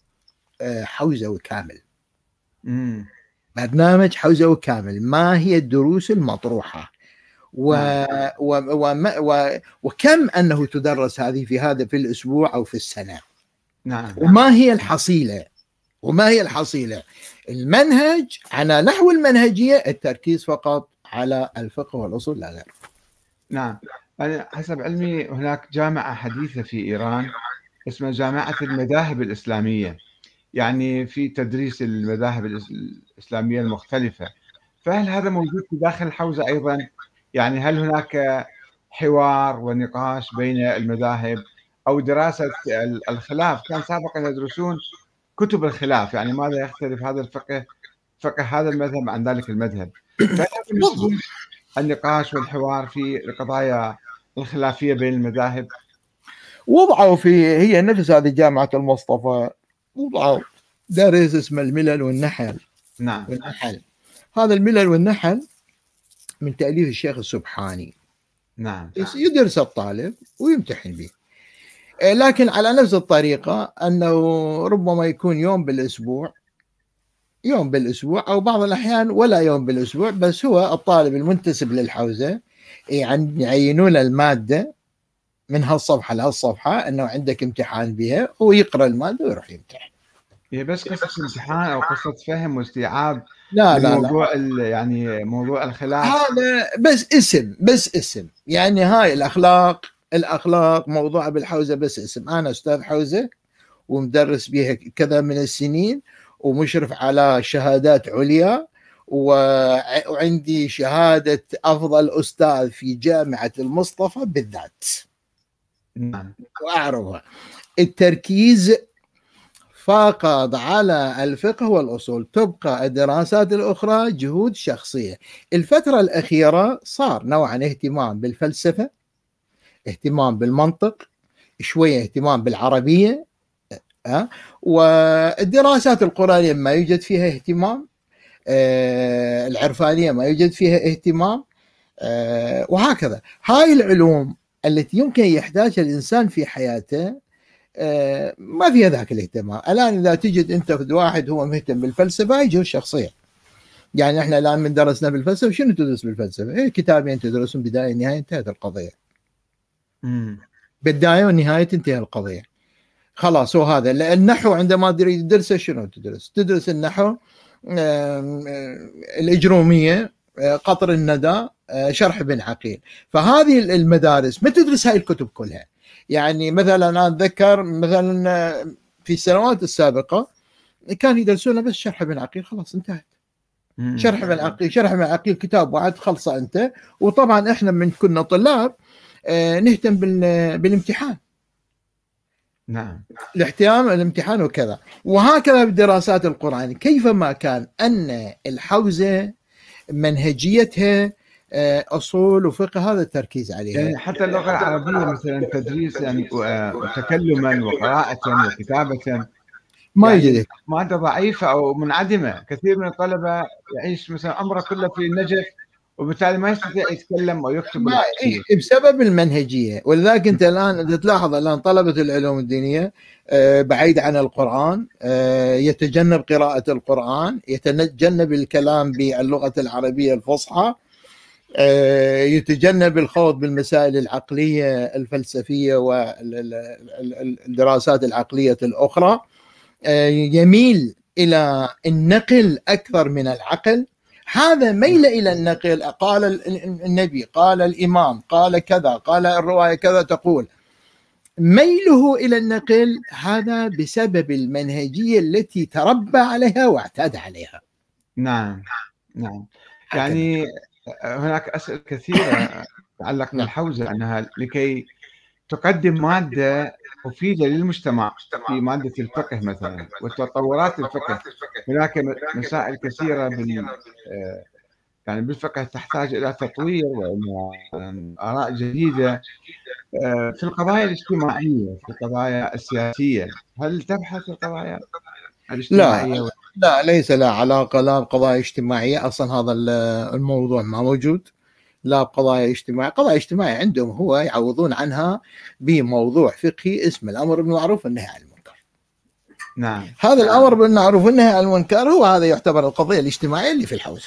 حوزوي كامل. مم. برنامج حوزوي كامل، ما هي الدروس المطروحة و... و... و... و... وكم أنه تدرس هذه في هذا في الأسبوع أو في السنة. نعم. وما هي الحصيلة وما هي الحصيلة المنهج على نحو المنهجية، التركيز فقط على الفقه والأصول لا غير. نعم. أنا حسب علمي هناك جامعة حديثة في إيران اسمها جامعة المذاهب الإسلامية، يعني في تدريس المذاهب الإسلامية المختلفة، فهل هذا موجود في داخل الحوزة أيضا؟ يعني هل هناك حوار ونقاش بين المذاهب أو دراسة الخلاف؟ كان سابقا يدرسون كتب الخلاف، يعني ماذا يختلف هذا الفقه فقه هذا المذهب عن ذلك المذهب، فهل النقاش والحوار في القضايا الخلافية بين المذاهب؟ وضعوا في هي نفس هذه جامعة المصطفى وضعوا دارس اسمه الملل والنحل. نعم. والنحل هذا الملل والنحل من تأليف الشيخ السبحاني. نعم. يدرس الطالب ويمتحن به، لكن على نفس الطريقة أنه ربما يكون يوم بالأسبوع، يوم بالأسبوع أو بعض الأحيان ولا يوم بالأسبوع، بس هو الطالب المنتسب للحوزة يعني يعينون المادة من هالصفحة لهالصفحة أنه عندك امتحان بها، ويقرأ المادة ويروح يمتحن. هي بس قصة امتحان أو قصة فهم واستيعاب لا لا لا، لموضوع يعني موضوع الخلاف؟ هذا بس اسم، بس اسم. يعني هاي الأخلاق، الأخلاق موضوع بالحوزة بس اسم. أنا أستاذ حوزة ومدرس بها كذا من السنين، ومشرف على شهادات عليا، وعندي شهادة أفضل أستاذ في جامعة المصطفى بالذات. نعم. وأعرفها. التركيز فقط على الفقه والأصول، تبقى الدراسات الأخرى جهود شخصية. الفترة الأخيرة صار نوعا اهتمام بالفلسفة، اهتمام بالمنطق، شوية اهتمام بالعربية، أه؟ والدراسات القرآنية ما يوجد فيها اهتمام، أه العرفانية ما يوجد فيها اهتمام، أه وهكذا. هاي العلوم التي يمكن يحتاجها الإنسان في حياته أه ما فيها ذاك الاهتمام. الآن إذا تجد أنت في واحد هو مهتم بالفلسفة، يجوز شخصية. يعني احنا الآن من درسنا بالفلسفة، شنو تدرس بالفلسفة؟ إيه كتابين تدرسهم، بداية نهاية، انتهت القضية. مم. بالبداية والنهاية تنتهي القضية، خلاص. هو هذا النحو. عندما تريد تدرسه شنو تدرس؟ تدرس النحو، الإجرومية، قطر الندى، شرح ابن عقيل. فهذه المدارس ما تدرس هاي الكتب كلها. يعني مثلا أنا أتذكر مثلا في السنوات السابقة كان يدرسون بس شرح ابن عقيل، خلاص انتهت. مم. شرح ابن عقيل، شرح ابن عقيل كتاب واحد خلصه أنت. وطبعا إحنا من كنا طلاب نهتم بالامتحان، نعم. الاحتيام الامتحان وكذا. وهكذا بالدراسات القرآنية، كيفما كان أن الحوزة منهجيتها أصول وفقه، هذا التركيز عليها. يعني حتى اللغة العربية مثلا تدريس يعني تكلما وقراءة وكتابة ما يعني يوجد. مادة ضعيفة أو منعدمة. كثير من الطلبة يعيش مثلا عمره كله في النجف، وبالتالي ما يستطيع يتكلم أو يكتب ما ولا إيه شيء. بسبب المنهجية. ولذلك أنت الآن أنت تلاحظ الآن طلبة العلوم الدينية بعيد عن القرآن، يتجنب قراءة القرآن، يتجنب الكلام باللغة العربية الفصحى، يتجنب الخوض بالمسائل العقلية الفلسفية والدراسات العقلية الأخرى، يميل إلى النقل أكثر من العقل. هذا ميل إلى النقل، قال النبي، قال الإمام، قال كذا، قال الرواية كذا تقول. ميله إلى النقل هذا بسبب المنهجية التي تربى عليها واعتاد عليها. نعم. نعم. يعني هناك أسئلة كثيرة تتعلق بالحوزة، أنها لكي تقدم مادة مفيدة للمجتمع في مادة الفقه مثلا وتطورات الفقه. هناك مسائل كثيرة بال يعني بالفقه تحتاج إلى تطوير وإلى آراء جديدة في القضايا الاجتماعية، في القضايا السياسية. هل تبحث القضايا لا الاجتماعية؟ لا، ليس لا علاقة لا بقضايا اجتماعية، أصلا هذا الموضوع ما موجود. لا بقضايا اجتماعية. قضايا اجتماعية عندهم هو يعوضون عنها بموضوع فقهي اسمه الأمر بالمعروف والنهي عن المنكر. نعم. هذا الأمر بالمعروف والنهي عن المنكر هو هذا يعتبر القضية الاجتماعية اللي في الحوزة.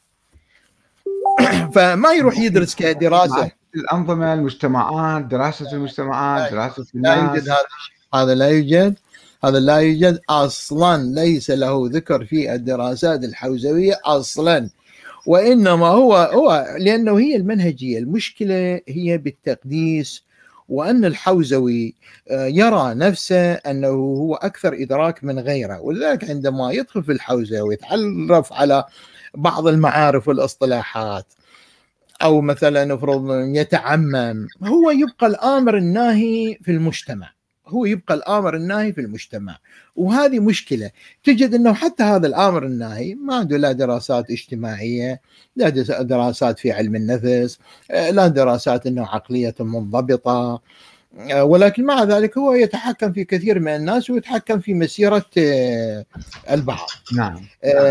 فما يروح يدرس كدراسة الأنظمة، المجتمعات، دراسة المجتمعات، دراسة لا يوجد الناس. هذا الشيء. هذا لا يوجد. هذا لا يوجد أصلا. ليس له ذكر في الدراسات الحوزوية أصلا. وإنما هو هو لأنه هي المنهجية. المشكلة هي بالتقديس، وأن الحوزوي يرى نفسه أنه هو أكثر إدراك من غيره. ولذلك عندما يدخل في الحوزة ويتعرف على بعض المعارف والاصطلاحات، أو مثلا نفرض يتعمم، هو يبقى الآمر الناهي في المجتمع. هو يبقى الآمر الناهي في المجتمع. وهذه مشكلة. تجد أنه حتى هذا الآمر الناهي ما عنده لا دراسات اجتماعية، لا دراسات في علم النفس، لا دراسات أنه عقلية منضبطة، ولكن مع ذلك هو يتحكم في كثير من الناس ويتحكم في مسيرة البعض. نعم.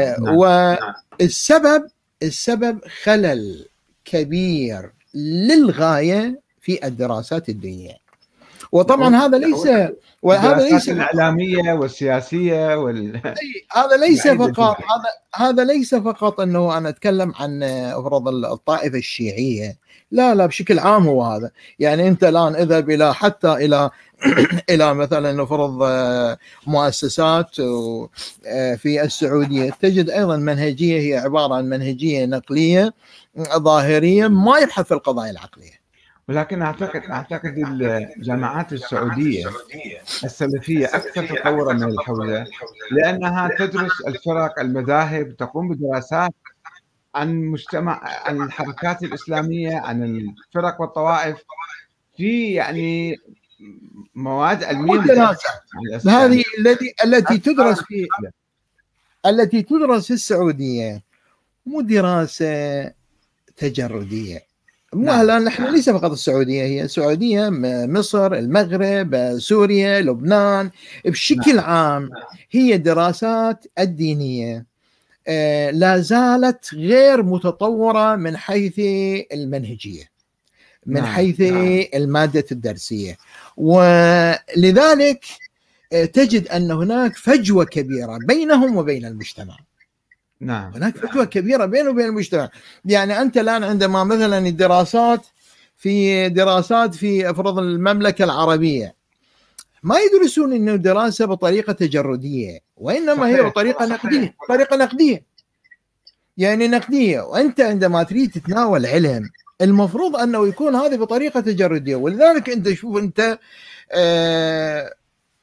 والسبب السبب خلل كبير للغاية في الدراسات الدينية. وطبعا هذا ليس وهذا الدراسات ليس الإعلامية والسياسية وال هذا ليس بعيدة فقط جدا. هذا هذا ليس فقط انه انا اتكلم عن افرض الطائفه الشيعيه، لا لا بشكل عام هو هذا. يعني انت الان اذهب الى حتى الى الى مثلا نفرض مؤسسات في السعوديه، تجد ايضا منهجيه هي عباره عن منهجيه نقليه ظاهريه، ما يبحث في القضايا العقليه. ولكن أعتقد أعتقد الجامعات السعودية السلفية أكثر تطورا من الحوزة، لأنها تدرس الفرق، المذاهب، تقوم بدراسات عن مجتمع، عن الحركات الإسلامية، عن الفرق والطوائف، في يعني مواد مو علمية متعددة دراسات عن الأساس يعني. هذه التي التي تدرس في التي تدرس في السعوديه، مو دراسه تجرديه. مو نعم، هلا نحن ليس فقط السعوديه، هي السعوديه، مصر، المغرب، سوريا، لبنان، بشكل نعم، عام هي دراسات الدينيه لا زالت غير متطوره من حيث المنهجيه، من نعم، حيث الماده الدرسيه. ولذلك تجد ان هناك فجوه كبيره بينهم وبين المجتمع. نعم، هناك فجوه كبيره بينه وبين المجتمع. يعني انت الان عندما مثلا الدراسات في دراسات في افرض المملكه العربيه، ما يدرسون انه دراسه بطريقه تجرديه، وانما هي صحيح، بطريقه نقديه، طريقه نقديه، يعني نقديه. وانت عندما تريد تتناول علم المفروض انه يكون هذه بطريقه تجرديه. ولذلك انت شوف انت آه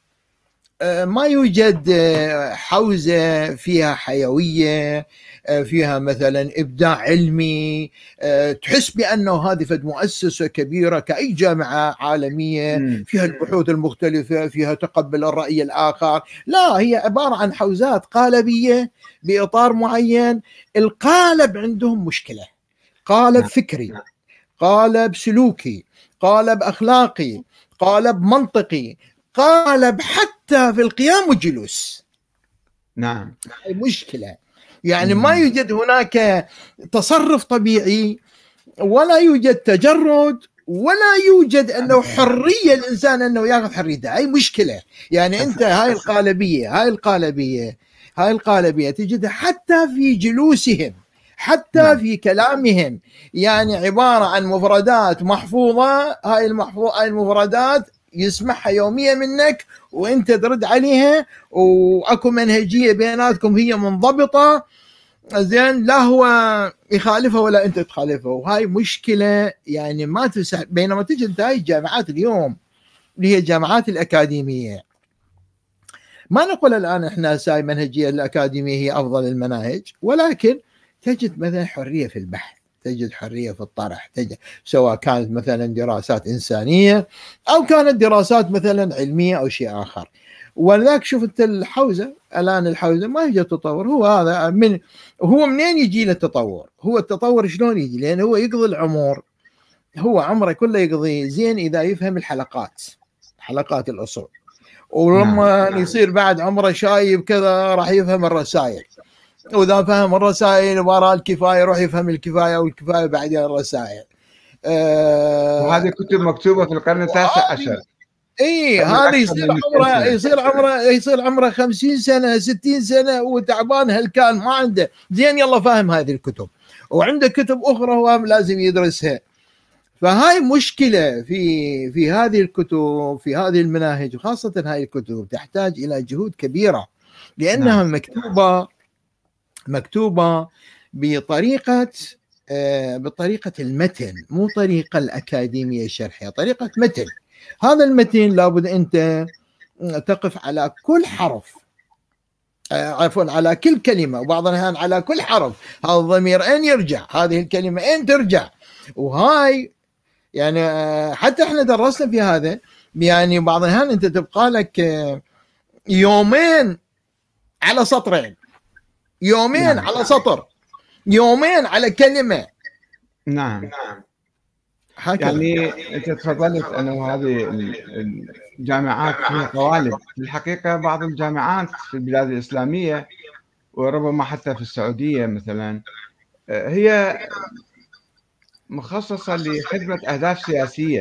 ما يوجد حوزة فيها حيوية، فيها مثلا إبداع علمي، تحس بأنه هذه فد مؤسسة كبيرة كأي جامعة عالمية مم. فيها البحوث المختلفة، فيها تقبل الرأي الآخر. لا، هي عبارة عن حوزات قالبية بإطار معين. القالب عندهم مشكلة، قالب نعم، فكري، قالب سلوكي، قالب أخلاقي، قالب منطقي، قالب حتى في القيام والجلوس. نعم، هاي مشكلة. يعني ما مم. يوجد هناك تصرف طبيعي، ولا يوجد تجرد، ولا يوجد انه حريه الانسان انه ياخذ حريته. هاي مشكله. يعني انت هاي القالبيه هاي القالبيه هاي القالبيه تجدها حتى في جلوسهم، حتى نعم، في كلامهم. يعني عباره عن مفردات محفوظه، هاي المحفوظ هاي المفردات يسمعها يوميا منك وانت ترد عليها، واكو منهجيه بيناتكم هي منضبطه، زين، لا هو يخالفه ولا انت تخالفه. وهاي مشكله يعني ما تسع. بينما تجي انت هاي الجامعات اليوم اللي هي الجامعات الاكاديميه، ما نقول الان احنا ساي منهجيه الاكاديميه هي افضل المناهج، ولكن تجد مثلا حريه في البحث، تجد حريه في الطرح، تجد سواء كانت مثلا دراسات انسانيه او كانت دراسات مثلا علميه او شيء اخر. ولذلك شوف انت الحوزه الان، الحوزه ما يجي تطور. هو هذا من هو منين يجي له التطور؟ هو التطور شلون يجي؟ لان هو يقضي العمر، هو عمره كله يقضي زين اذا يفهم الحلقات، حلقات الاصول. نعم، ولما يصير بعد عمره شايب كذا راح يفهم الرسائل، واذا فهم الرسائل وراء الكفايه يروح يفهم الكفايه، والكفايه بعدين الرسائل. آه وهذه كتب مكتوبة في القرن التاسع عشر، اي قبل هذا أكثر يصير من مئتين عمره سنة. يصير عمره يصير عمره خمسين سنه ستين سنه وتعبان هلكان ما عنده زين يلا فاهم هذه الكتب، وعنده كتب اخرى هو لازم يدرسها. فهاي مشكله في في هذه الكتب، في هذه المناهج، وخاصه هاي الكتب تحتاج الى جهود كبيره، لانها نعم، مكتوبه مكتوبه بطريقه آه بطريقه المتن، مو طريقه الاكاديميه الشرحيه، طريقه متن. هذا المتن لابد انت تقف على كل حرف، عفوا على كل كلمه، وبعض الاحيان على كل حرف. هذا الضمير اين يرجع، هذه الكلمه اين ترجع. وهاي يعني حتى احنا درسنا في هذا. يعني بعض الاحيان انت تبقى لك يومين على سطرين، يومين نعم، على سطر، يومين على كلمه، نعم. هكذا. يعني أنت تفضلت أنه هذه ال- الجامعات فيها قوالب. في الحقيقة بعض الجامعات في البلاد الإسلامية وربما حتى في السعودية مثلا هي مخصصة لخدمة أهداف سياسية،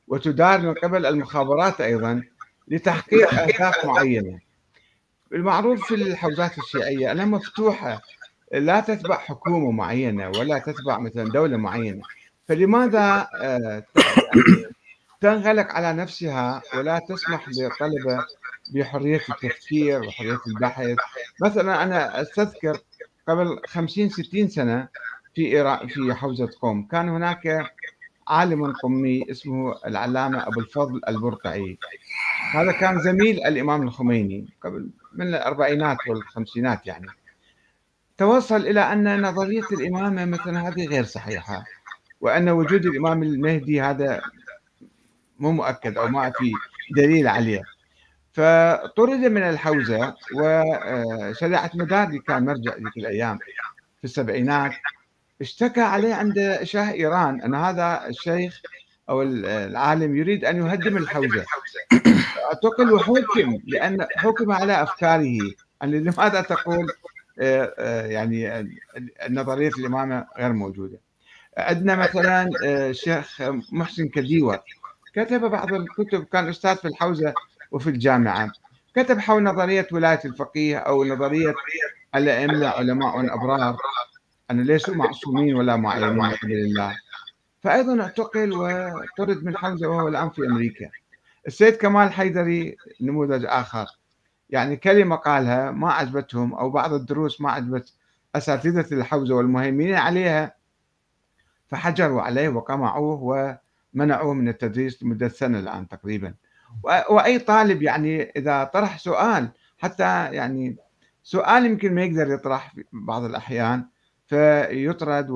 وتدار من قبل المخابرات أيضا لتحقيق أهداف معينة. المعروف في الحوزات الشيعية أنها مفتوحة، لا تتبع حكومة معينة ولا تتبع مثلا دولة معينة، فلماذا آه، ت- يعني تنغلق على نفسها ولا تسمح للطلبة بحرية التفكير وحرية البحث؟ مثلا أنا أستذكر قبل خمسين ستين سنة في إيرا- في حوزة قم كان هناك عالم قمي اسمه العلامة أبو الفضل البرقعي. هذا كان زميل الإمام الخميني قبل من الأربعينات والخمسينات يعني. توصل إلى أن نظرية الإمامة مثلا هذه غير صحيحة، وأن وجود الإمام المهدي هذا مو مؤكد أو ما في دليل عليه. فطرد من الحوزة، وشريعة مداري كان مرجع ذيك الأيام في السبعينات، اشتكى عليه عند شاه إيران أن هذا الشيخ أو العالم يريد أن يهدم الحوزة. اعتقل وحُكم، لأن حُكم على أفكاره، أن لماذا تقول آآ آآ يعني ال ال نظرية الإمامة غير موجودة. عندنا مثلًا آآ الشيخ محسن كديور كتب بعض الكتب، كان أستاذ في الحوزة وفي الجامعة، كتب حول نظرية ولاية الفقيه أو نظرية الأئمة علماء أبرار، أن ليسوا معصومين ولا معيّنين من قبل الله، فأيضًا اعتُقل وطُرد من الحوزة وهو الآن في أمريكا. السيد كمال حيدري نموذج آخر، يعني كلمة قالها ما عجبتهم أو بعض الدروس ما عجبت أساتذة الحوزة والمهيمنين عليها، فحجروا عليه وقمعوه ومنعوه من التدريس لمدة سنة الآن تقريبا. و- وأي طالب يعني إذا طرح سؤال، حتى يعني سؤال يمكن ما يقدر يطرح في بعض الأحيان، فيطرد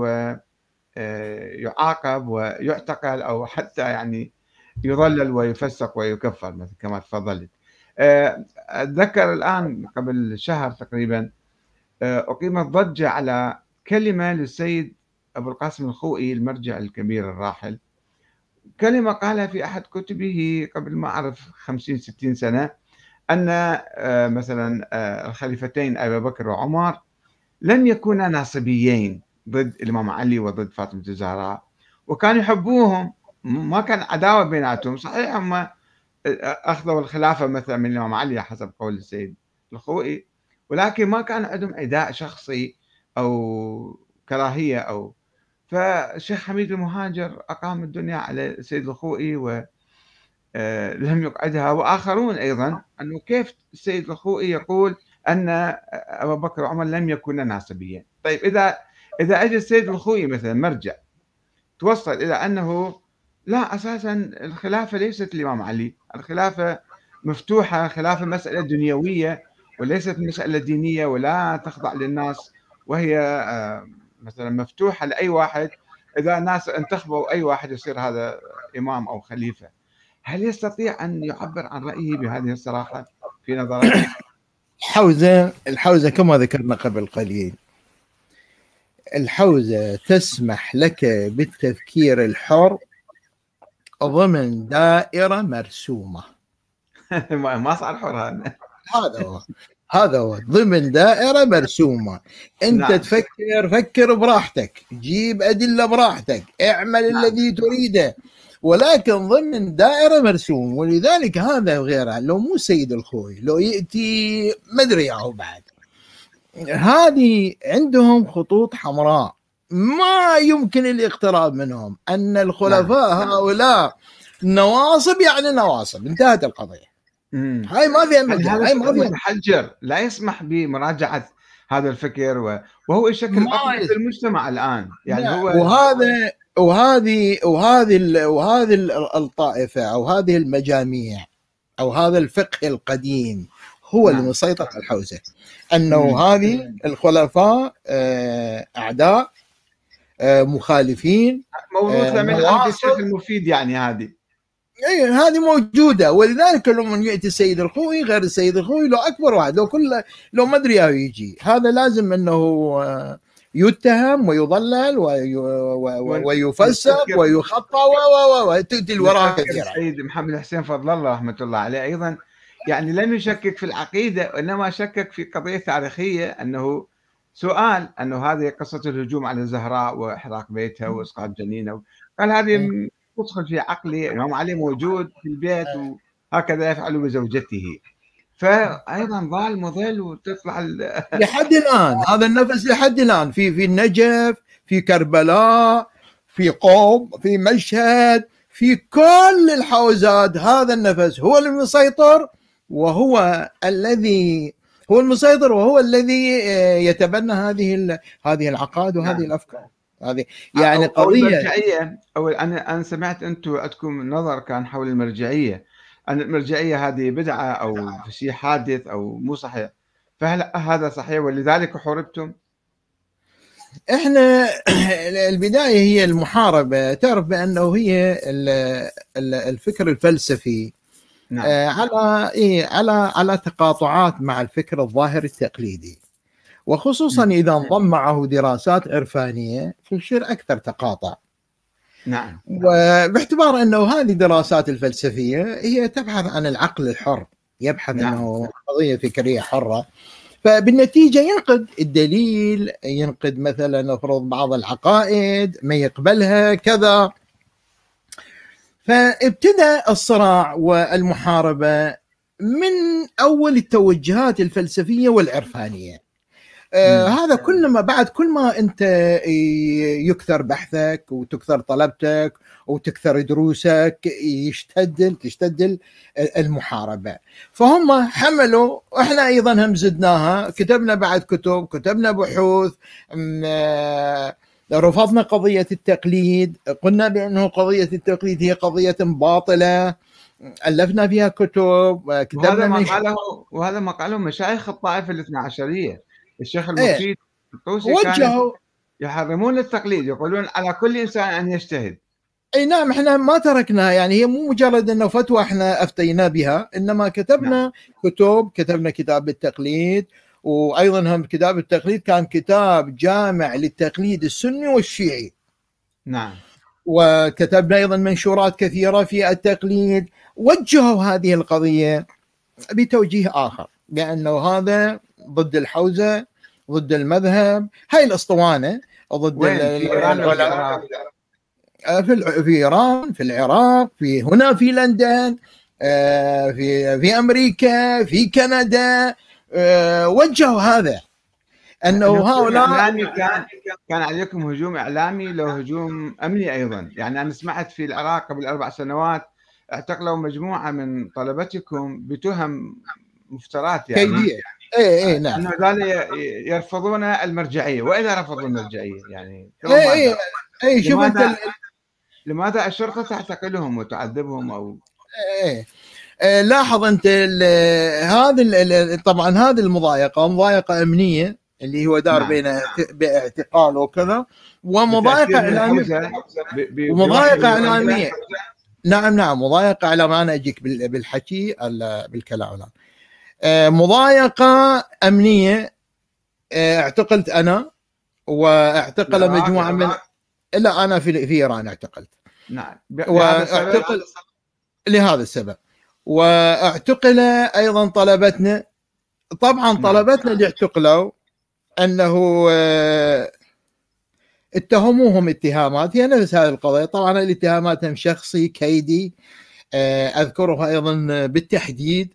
ويعاقب ويعتقل أو حتى يعني يضلل ويفسق ويكفر مثل كما تفضلت. آه، أتذكر الآن قبل شهر تقريبا آه، أقيمت ضجة على كلمة للسيد أبو القاسم الخوئي المرجع الكبير الراحل، كلمة قالها في أحد كتبه قبل ما أعرف خمسين ستين سنة، أن آه، مثلا آه، الخليفتين أبي بكر وعمر لم يكونا ناصبيين ضد الإمام علي وضد فاطمة الزهراء، وكانوا يحبوهم، ما كان عداوة بيناتهم. صحيح هم أخذوا الخلافة مثلا من الإمام علي حسب قول السيد الخوئي، ولكن ما كان عندهم عداء شخصي أو كراهية أو. فالشيخ حميد المهاجر أقام الدنيا على السيد الخوئي ولم يقعدها، وآخرون أيضا، أنه كيف السيد الخوئي يقول أن أبا بكر وعمر لم يكونا ناصبيين. طيب إذا إذا أجى السيد الخوئي مثلا مرجع توصل إلى أنه لا، أساسا الخلافة ليست الإمام علي، الخلافة مفتوحة، خلافة مسألة دنيوية وليست مسألة دينية ولا تخضع للناس، وهي آه، مثلا مفتوحة لأي واحد، إذا الناس انتخبوا أي واحد يصير هذا إمام أو خليفة. هل يستطيع أن يعبر عن رأيه بهذه الصراحة في نظرك؟ الحوزة الحوزة كما ذكرنا قبل قليل، الحوزة تسمح لك بالتفكير الحر ضمن دائرة مرسومة. ما صار حر هذا. هذا هو هذا هو ضمن دائرة مرسومة. أنت نعم. تفكر، فكر براحتك، جيب أدلة براحتك، اعمل نعم. الذي تريده، ولكن ضمن دائرة مرسوم. ولذلك هذا وغيره، لو مو سيد الخوي، لو يأتي مدري ياهو بعد، هذه عندهم خطوط حمراء ما يمكن الاقتراب منهم. أن نعم. الخلفاء هؤلاء نواصب، يعني نواصب، انتهت القضية. مم. هاي ما فيها يعني مجال، هذا هاي ما فكر فيها متحجر لا يسمح بمراجعة هذا الفكر، و- وهو يشكل عقدة ما في المجتمع الآن، يعني لا. هو. وهذا وهذه وهذه وهذه الطائفة أو هذه المجاميع أو هذا الفقه القديم هو اللي نعم. مسيطر على الحوزة. أنه مم. هذه الخلفاء آه، أعداء، آه، مخالفين، آه، موروثة من عهد الشيخ نواصب. المفيد يعني هذه. أي هذه موجودة. ولذلك لما يأتي السيد الخوي غير السيد الخوي، لو أكبر واحد، لو كل لو ما أدري يجي، هذا لازم أنه آه، يتهم ويضلل وي- ويفسق ونذكر ويخطى وتأتي الوراء نذكر كثيرا. السيد محمد حسين فضل الله رحمة الله عليه أيضا، يعني لم يشكك في العقيدة وإنما شكك في قضية تاريخية، أنه سؤال أنه هذه قصة الهجوم على الزهراء وإحراق بيتها وإسقاط جنينها، قال هذه تدخل في عقلي. الإمام علي موجود في البيت وهكذا يفعل بزوجته، فأيضا ظل مظل وتطلع ال... لحد الآن هذا النفس لحد الآن في في النجف، في كربلاء، في قم، في مشهد، في كل الحوزات هذا النفس هو المسيطر، وهو الذي هو المسيطر وهو الذي يتبنى هذه هذه العقائد وهذه نعم. الأفكار. هذه يعني أو, أو قضية. المرجعية، أو أنا أنا سمعت أنتم عندكم نظر كان حول المرجعية، أن المرجعية هذه بدعة أو شيء حادث أو مو صحيح، فهل هذا صحيح ولذلك حوربتم؟ احنا البداية هي المحاربة، تعرف بأنه هي الفكر الفلسفي نعم. على إيه على على تقاطعات مع الفكر الظاهري التقليدي، وخصوصا م. إذا انضم معه دراسات عرفانية فيصير أكثر تقاطع. نعم. وباعتبار أنه هذه الدراسات الفلسفية هي تبحث عن العقل الحر، يبحث نعم. أنه قضية فكرية حرة، فبالنتيجة ينقد الدليل، ينقد مثلا نفرض بعض العقائد ما يقبلها كذا. فابتدأ الصراع والمحاربة من أول التوجهات الفلسفية والعرفانية. آه هذا كلما بعد كل ما أنت يكثر بحثك وتكثر طلبتك وتكثر دروسك يشتد تشتد المحاربة. فهم حملوا، احنا أيضا هم زدناها، كتبنا بعد كتب، كتبنا بحوث، رفضنا قضية التقليد، قلنا بأنه قضية التقليد هي قضية باطلة، ألفنا فيها كتب، كتبنا. وهذا ما قاله وهذا ما قاله مشايخ الطائفة الاثنى عشرية. الشيخ المفيد ايه الطوسي كانوا يحرمون التقليد، يقولون على كل إنسان أن يجتهد. اي نعم، احنا ما تركنا، يعني هي مو مجرد انه فتوى احنا افتينا بها، انما كتبنا نعم. كتب، كتبنا كتاب التقليد، وايضا هم كتاب التقليد كان كتاب جامع للتقليد السني والشيعي. نعم. وكتبنا ايضا منشورات كثيره في التقليد، وجهوا هذه القضيه بتوجيه اخر، بانه هذا ضد الحوزه، ضد المذهب، هاي الاسطوانه ضد العراق، في في ايران، في العراق، في هنا في لندن، في في امريكا، في كندا، وجهوا هذا انه هؤلاء كان كان عليكم هجوم اعلامي لو هجوم امني ايضا. يعني انا سمعت في العراق قبل اربع سنوات اعتقلوا مجموعه من طلبتكم بتهم مفترات، يعني كيدية. اي اي نعم، انه ذلك يرفضون المرجعيه، واذا رفضوا المرجعيه يعني اي اي اي شوف انت ال... لماذا الشرطه تعتقلهم وتعذبهم؟ او ايه اه لاحظ انت هذا طبعا هذه المضايقه مضايقه امنيه اللي هو دار نعم. بين باعتقال وكذا، ومضايقه اعلاميه، ومضايقه اعلاميه. نعم نعم مضايقه اعلاميه. انا اجيك بالحكي بالكلام الان. اه مضايقه امنيه. اه اعتقلت انا، واعتقل مجموعه من، لا انا في في ايران اعتقلت. نعم. واعتقل لهذا السبب، واعتقل ايضا طلبتنا. طبعا طلبتنا اللي اعتقلوا انه اتهموهم اتهامات هي نفس هذه القضيه. طبعا الاتهامات شخصي كيدي، اذكرها ايضا بالتحديد.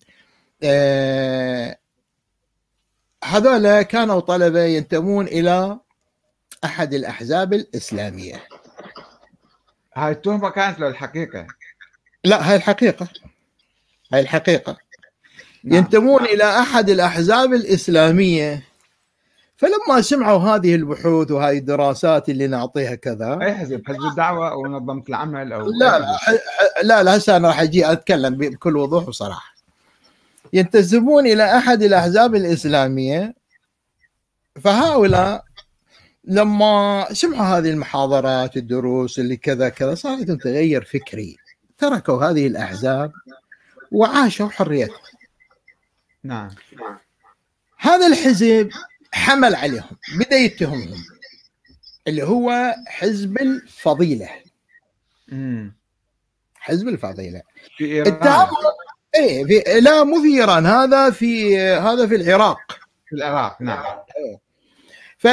هذول كانوا طلبه ينتمون الى احد الاحزاب الاسلاميه. هاي التهمه كانت له الحقيقه؟ لا هاي الحقيقه، هاي الحقيقه. نعم. ينتمون نعم. الى احد الاحزاب الاسلاميه. فلما سمعوا هذه البحوث وهذه الدراسات اللي نعطيها كذا، اي حزب؟ حزب الدعوه او منظمه العمل او لا لا لا لا هسه انا راح اجي اتكلم بكل وضوح وصراحه. ينتسبون الى احد الاحزاب الاسلاميه. فهؤلاء لما سمعوا هذه المحاضرات الدروس اللي كذا كذا صار عندهم تغير فكري، تركوا هذه الاحزاب وعاشوا حريتهم. نعم. هذا الحزب حمل عليهم، بدأ يتهمهم، اللي هو حزب الفضيلة. امم حزب الفضيلة في ايران؟ ايه في... لا مو في ايران، هذا في هذا في العراق. في العراق نعم. إيه.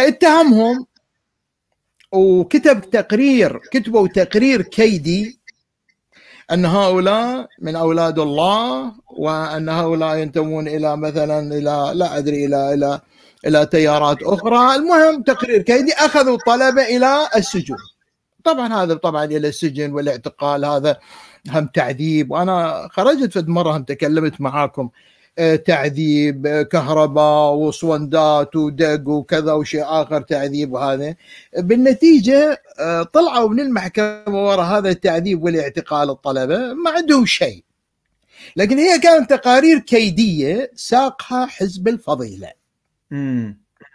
فاتهمهم وكتب تقرير، كتبوا تقرير كيدي أن هؤلاء من أولاد الله، وأن هؤلاء ينتمون إلى مثلا إلى لا أدري إلى إلى إلى تيارات أخرى. المهم تقرير كيدي، أخذوا الطلبة إلى السجون. طبعا هذا طبعا إلى السجن والاعتقال هذا هم تعذيب، وأنا خرجت في مرة هم تكلمت معاكم، تعذيب كهرباء وصوندات ودق وكذا وشيء آخر تعذيب. وهذا بالنتيجة طلعوا من المحكمة وراء هذا التعذيب والاعتقال الطلبة ما عندهم شيء، لكن هي كانت تقارير كيدية ساقها حزب الفضيلة. امم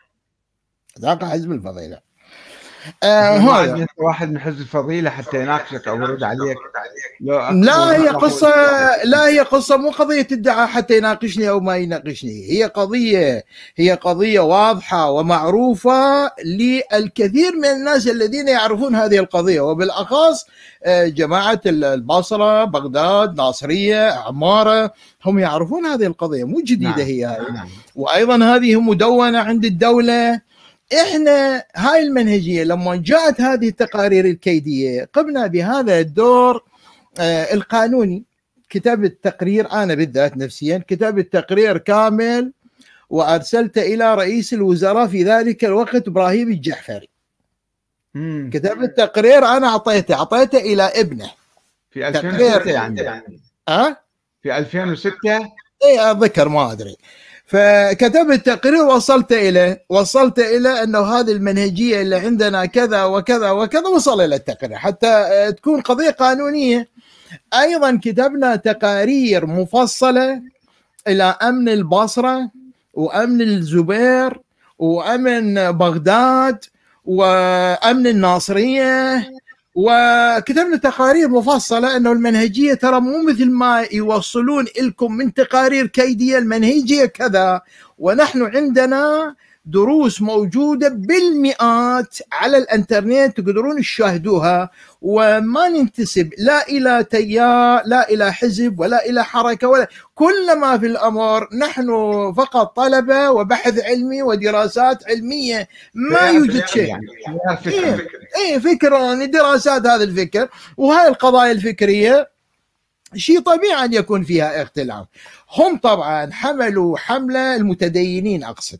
ساقها حزب الفضيلة. آه هذا واحد من حزب الفضيلة حتى يناقشك أو يرد عليك. لا هي قصة لا هي قصة مو قضية ادعاء حتى يناقشني أو ما يناقشني، هي قضية هي قضية واضحة ومعروفة للكثير من الناس الذين يعرفون هذه القضية، وبالأخص جماعة البصرة، بغداد، ناصرية، عمارة، هم يعرفون هذه القضية، مو جديدة. نعم. هي هاي. نعم. وأيضا هذه مدونة عند الدولة. احنا هاي المنهجية لما جاءت هذه التقارير الكيدية قمنا بهذا الدور آه القانوني، كتبت تقرير أنا بالذات نفسيا، كتبت تقرير كامل وأرسلت إلى رئيس الوزراء في ذلك الوقت إبراهيم الجعفري. مم. كتبت تقرير أنا أعطيته أعطيته إلى ابنه في ألفين وستة يعني أه؟ في ألفين وستة اي أذكر ما أدري. فكتبت تقرير وصلت إليه وصلت إلى أنه هذه المنهجية اللي عندنا كذا وكذا وكذا، وصل إلى التقرير حتى تكون قضية قانونية. أيضا كتبنا تقارير مفصلة إلى أمن البصرة وأمن الزبير وأمن بغداد وأمن الناصرية، وكتبنا تقارير مفصلة أنه المنهجية ترى مو مثل ما يوصلون لكم من تقارير كيدية، المنهجية كذا، ونحن عندنا دروس موجودة بالمئات على الانترنت تقدرون تشاهدوها، وما ننتسب لا إلى تيار لا إلى حزب ولا إلى حركة ولا كل ما في الأمر، نحن فقط طلبة وبحث علمي ودراسات علمية، ما يوجد شيء يعني. إيه, إيه فكر يعني دراسات هذا الفكر، وهاي القضايا الفكرية شيء طبيعي أن يكون فيها اختلاف. هم طبعا حملوا حملة المتدينين، أقصد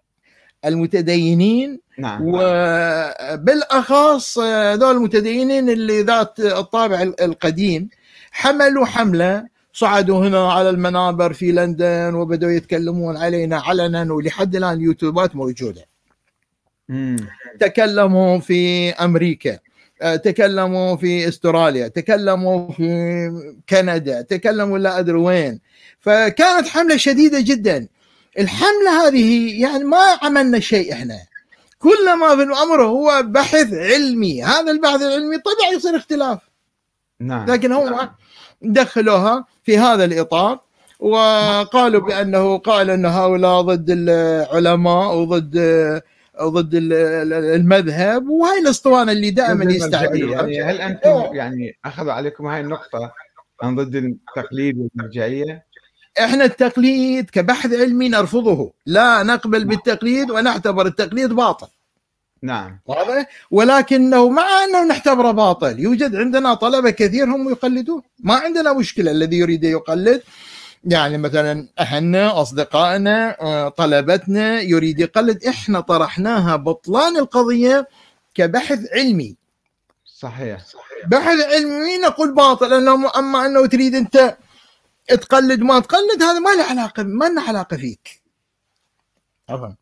المتدينين. نعم. وبالأخص ذول المتدينين اللي ذات الطابع القديم حملوا حملة، صعدوا هنا على المنابر في لندن وبدأوا يتكلمون علينا علنا، ولحد الآن اليوتيوبات موجودة. مم. تكلموا في أمريكا، تكلموا في استراليا، تكلموا في كندا، تكلموا لا أدري وين. فكانت حملة شديدة جدا. الحملة هذه يعني ما عملنا شيء، احنا كل ما في الأمر هو بحث علمي، هذا البحث العلمي طبعا يصير اختلاف. نعم. لكن هم نعم. دخلوها في هذا الإطار وقالوا بأنه قال أن هؤلاء ضد العلماء وضد ضد المذهب، وهي الاسطوانة اللي دائما يستعملوها. يعني هل أنتم يعني أخذوا عليكم هاي النقطة عن ضد التقليد والمرجعية؟ احنا التقليد كبحث علمي نرفضه، لا نقبل بالتقليد ونعتبر التقليد باطل. نعم. واضح؟ ولكنه مع انه نعتبره باطل يوجد عندنا طلبة كثير هم يقلدون، ما عندنا مشكلة. الذي يريد يقلد يعني مثلا اهلنا، اصدقائنا، طلبتنا يريد يقلد، احنا طرحناها بطلان القضية كبحث علمي. صحيح. بحث علمي نقول باطل، انه اما انه تريد انت تقلد ما تقلد هذا ما له علاقة، ما لنا علاقة فيك. أفهم.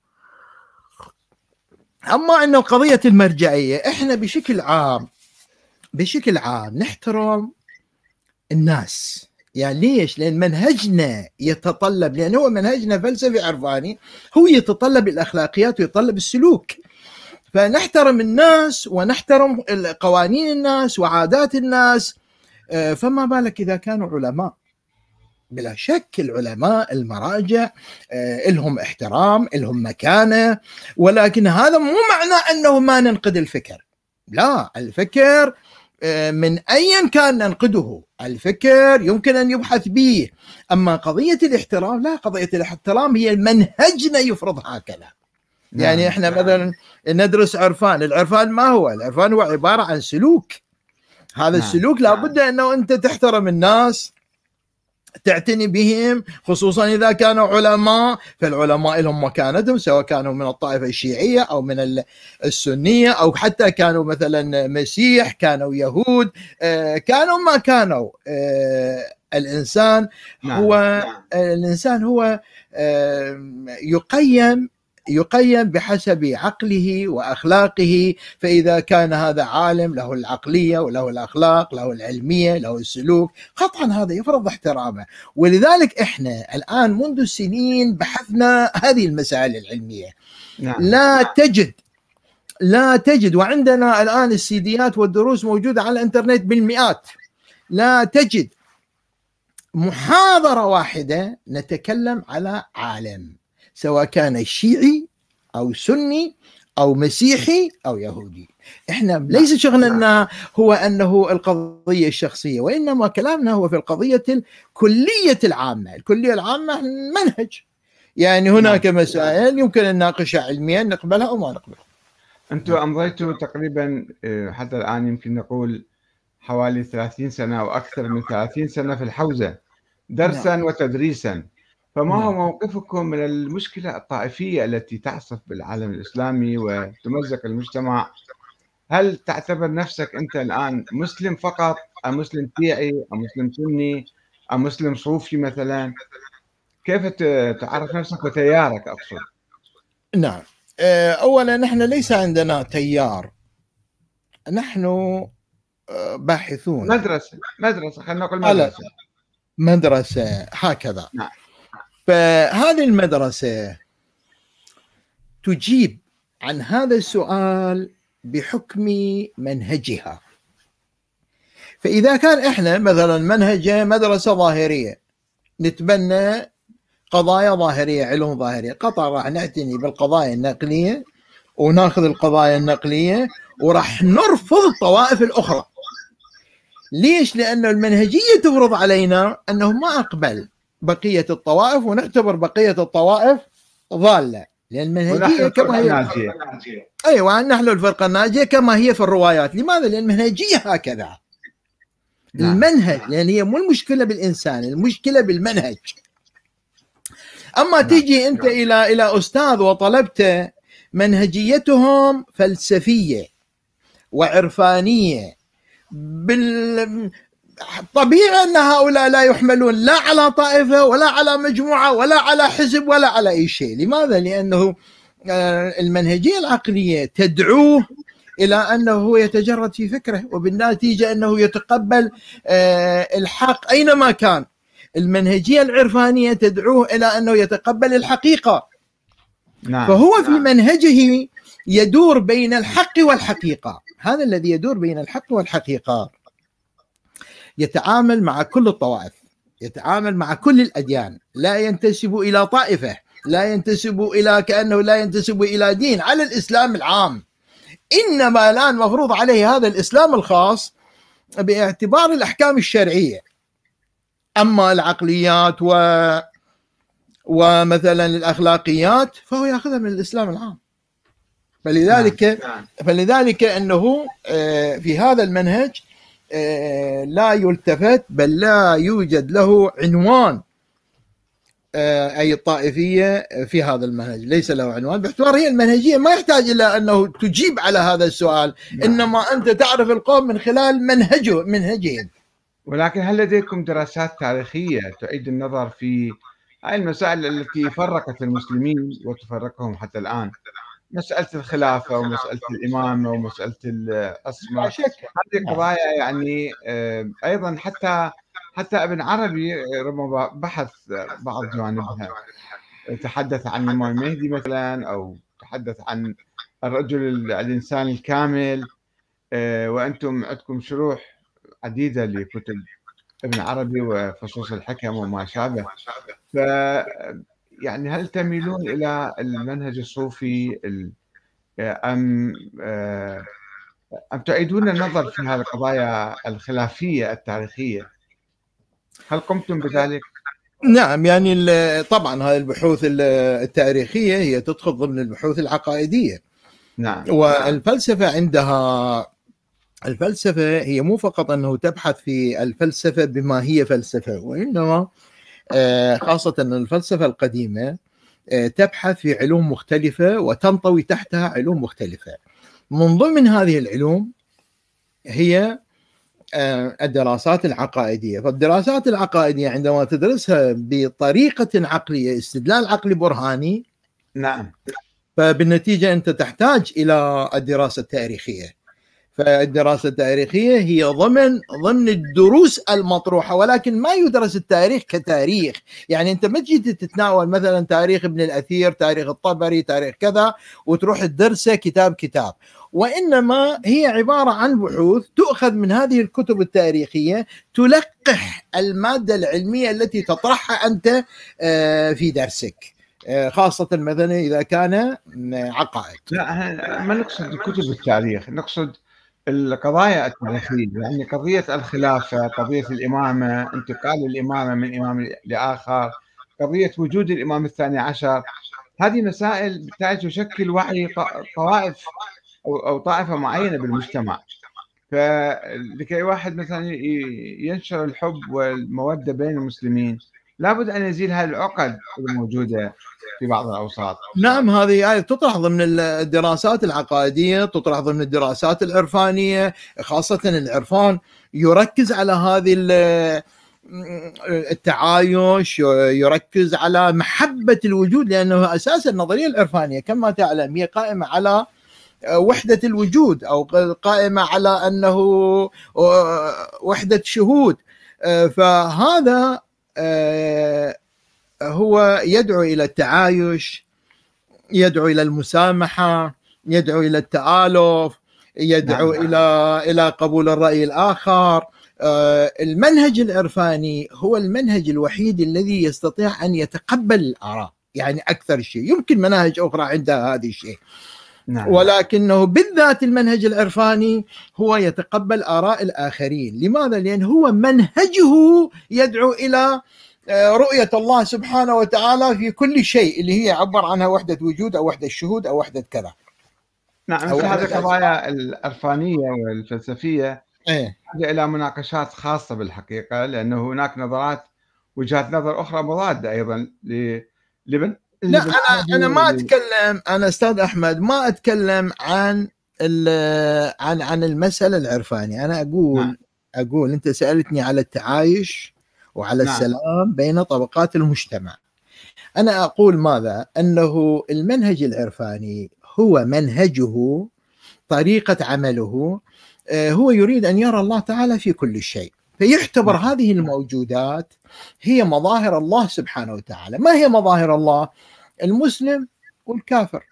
أما أنه قضية المرجعية إحنا بشكل عام بشكل عام نحترم الناس. يعني ليش؟ لأن منهجنا يتطلب، لأن هو منهجنا فلسفي عرفاني، هو يتطلب الأخلاقيات ويتطلب السلوك، فنحترم الناس ونحترم قوانين الناس وعادات الناس. فما بالك إذا كانوا علماء؟ بلا شك العلماء المراجع لهم احترام، لهم مكانة، ولكن هذا مو معناه أنه ما ننقد الفكر. لا، الفكر من أيا كان ننقده، الفكر يمكن أن يبحث به. أما قضية الاحترام لا، قضية الاحترام هي منهجنا يفرض هكذا. يعني احنا مثلا ندرس عرفان، العرفان ما هو؟ العرفان هو عبارة عن سلوك. هذا نعم. السلوك لابد أنه أنت تحترم الناس، تعتني بهم، خصوصا إذا كانوا علماء، فالعلماء لهم مكانتهم، سواء كانوا من الطائفة الشيعية أو من السنية أو حتى كانوا مثلا مسيح، كانوا يهود، كانوا ما كانوا. الإنسان هو الإنسان هو يقيم يقيم بحسب عقله وأخلاقه، فإذا كان هذا عالم له العقلية وله الأخلاق، له العلمية، له السلوك، قطعا هذا يفرض احترامه. ولذلك إحنا الآن منذ سنين بحثنا هذه المسائل العلمية. نعم. لا تجد لا تجد وعندنا الآن السيديات والدروس موجودة على الإنترنت بالمئات، لا تجد محاضرة واحدة نتكلم على عالم، سواء كان شيعي أو سني أو مسيحي أو يهودي. إحنا ليس شغلنا هو أنه القضية الشخصية، وإنما كلامنا هو في القضية الكلية العامة. الكلية العامة منهج، يعني هناك مسائل يمكن أن نناقشها علميا، نقبلها أو ما نقبلها. أنتم أمضيتوا تقريبا حتى الآن يمكن نقول حوالي ثلاثين سنة أو أكثر من ثلاثين سنة في الحوزة درسا نعم. وتدريسا، فما نعم. هو موقفكم من المشكلة الطائفية التي تعصف بالعالم الإسلامي وتمزق المجتمع؟ هل تعتبر نفسك أنت الآن مسلم فقط، أم مسلم شيعي، أم مسلم سني، أم مسلم صوفي مثلا؟ كيف تعرف نفسك وتيارك أقصد؟ نعم، أولا نحن ليس عندنا تيار، نحن باحثون، مدرسة مدرسة خلينا نقول مدرسة مدرسة هكذا. نعم. فهذه المدرسة تجيب عن هذا السؤال بحكم منهجها. فإذا كان إحنا مثلا منهج مدرسة ظاهرية، نتبنى قضايا ظاهرية، علوم ظاهرية، قطعا راح نعتني بالقضايا النقلية وناخذ القضايا النقلية وراح نرفض الطوائف الأخرى. ليش؟ لأنه المنهجية تفرض علينا أنه ما أقبل بقية الطوائف ونعتبر بقية الطوائف ضالة، لأن المنهجية كما هي. أيوة، نحن الفرقة الناجية كما هي في الروايات. لماذا؟ لأن المنهجية هكذا. نعم. المنهج، لأن هي مو المشكلة بالإنسان، المشكلة بالمنهج. أما نعم. تيجي أنت نعم. إلى إلى أستاذ وطلبته منهجيتهم فلسفية وعرفانية، بالطبيعي أن هؤلاء لا يحملون لا على طائفة ولا على مجموعة ولا على حزب ولا على أي شيء. لماذا؟ لأنه المنهجية العقلية تدعوه إلى أنه هو يتجرد في فكره، وبالنتيجة أنه يتقبل الحق أينما كان. المنهجية العرفانية تدعوه إلى أنه يتقبل الحقيقة. نعم. فهو في منهجه يدور بين الحق والحقيقة. هذا الذي يدور بين الحق والحقيقة. يتعامل مع كل الطوائف، يتعامل مع كل الأديان، لا ينتسب إلى طائفة، لا ينتسب إلى كأنه لا ينتسب إلى دين، على الإسلام العام. إنما الآن مفروض عليه هذا الإسلام الخاص باعتبار الأحكام الشرعية. أما العقليات و ومثلا الأخلاقيات فهو يأخذها من الإسلام العام. فلذلك فلذلك أنه في هذا المنهج لا يلتفت، بل لا يوجد له عنوان أي طائفية في هذا المنهج، ليس له عنوان، باعتبار هي المنهجية ما يحتاج إلى أنه تجيب على هذا السؤال، إنما أنت تعرف القوم من خلال منهجه منهجهم. ولكن هل لديكم دراسات تاريخية تعيد النظر في هاي المسائل التي فرقت المسلمين وتفرقهم حتى الآن؟ مسألة الخلافة ومسألة الإمامة ومسألة العصمة، هذه قضايا يعني أيضا حتى حتى ابن عربي ربما بحث بعض جوانبها، تحدث عن الإمام المهدي مثلا، أو تحدث عن الرجل الإنسان الكامل، وأنتم عندكم شروح عديدة لكتب ابن عربي وفصوص الحكم وما شابه. ف يعني هل تميلون إلى المنهج الصوفي أم أم تعيدون النظر في هذه القضايا الخلافية التاريخية؟ هل قمتم بذلك؟ نعم، يعني طبعا هذه البحوث التاريخية هي تدخل ضمن البحوث العقائدية. نعم. والفلسفة عندها الفلسفة هي مو فقط أنه تبحث في الفلسفة بما هي فلسفة، وإنما خاصة أن الفلسفة القديمة تبحث في علوم مختلفة وتنطوي تحتها علوم مختلفة. من ضمن هذه العلوم هي الدراسات العقائدية. فالدراسات العقائدية عندما تدرسها بطريقة عقلية، استدلال عقلي برهاني، نعم، فبالنتيجة أنت تحتاج إلى الدراسة التاريخية. فالدراسة التاريخية هي ضمن ضمن الدروس المطروحة، ولكن ما يدرس التاريخ كتاريخ. يعني أنت ما تجي تتناول مثلا تاريخ ابن الأثير، تاريخ الطبري، تاريخ كذا، وتروح تدرسه كتاب كتاب، وإنما هي عبارة عن بحوث تؤخذ من هذه الكتب التاريخية، تلقح المادة العلمية التي تطرحها أنت في درسك، خاصة مثلا إذا كان عقائد. لا ما نقصد كتب التاريخ، نقصد القضايا التاريخية، يعني قضية الخلافة، قضية الإمامة، انتقال الإمامة من إمام لآخر، قضية وجود الإمام الثاني عشر. هذه مسائل بالتالي تشكل وعي طوائف أو أو طائفة معينة بالمجتمع. فلكي واحد مثلا ينشر الحب والمودة بين المسلمين، لابد أن يزيل هذه العقد الموجودة في بعض الأوساط. نعم، هذه آية تطرح ضمن الدراسات العقائدية، تطرح ضمن الدراسات العرفانية. خاصة العرفان يركز على هذه التعايش، يركز على محبة الوجود، لأنه أساس النظرية العرفانية كما تعلم هي قائمة على وحدة الوجود، أو قائمة على أنه وحدة شهود. فهذا هو يدعو إلى التعايش، يدعو إلى المسامحة، يدعو إلى التآلف، يدعو نعم. إلى إلى قبول الرأي الآخر. المنهج العرفاني هو المنهج الوحيد الذي يستطيع أن يتقبل الآراء، يعني أكثر شيء. يمكن مناهج أخرى عندها هذا الشيء، نعم. ولكنه بالذات المنهج العرفاني هو يتقبل آراء الآخرين. لماذا؟ لأن هو منهجه يدعو إلى رؤية الله سبحانه وتعالى في كل شيء، اللي هي عبر عنها وحدة وجود أو وحدة شهود أو وحدة كذا. نعم، مثل هذه القضايا العرفانية والفلسفية ايه؟ إلى مناقشات خاصة بالحقيقة، لأنه هناك نظرات وجهات نظر أخرى مضادة أيضا لبن لا أنا أنا ما أتكلم، أنا أستاذ أحمد ما أتكلم عن عن عن المسألة العرفانية. أنا أقول نعم. أقول أنت سألتني على التعايش وعلى نعم. السلام بين طبقات المجتمع. أنا أقول ماذا؟ أنه المنهج العرفاني هو منهجه، طريقة عمله، هو يريد أن يرى الله تعالى في كل شيء، فيعتبر نعم. هذه الموجودات هي مظاهر الله سبحانه وتعالى. ما هي مظاهر الله؟ المسلم والكافر،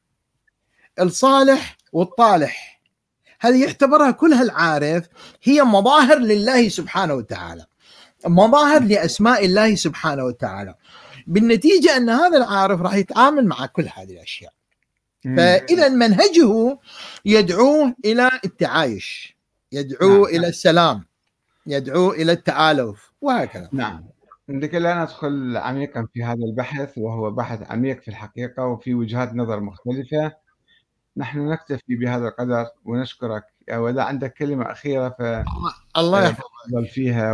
الصالح والطالح، هذه يعتبرها كلها العارف هي مظاهر لله سبحانه وتعالى، مظاهر لأسماء الله سبحانه وتعالى. بالنتيجة أن هذا العارف راح يتعامل مع كل هذه الأشياء. فإذا منهجه يدعو إلى التعايش، يدعو نعم. إلى السلام، يدعو إلى التآلف، وهكذا. نعم. لكي لا ندخل عميقا في هذا البحث، وهو بحث عميق في الحقيقة وفي وجهات نظر مختلفة، نحن نكتفي بهذا القدر ونشكرك. وإذا عندك كلمة أخيرة ف الله يحفظك فيها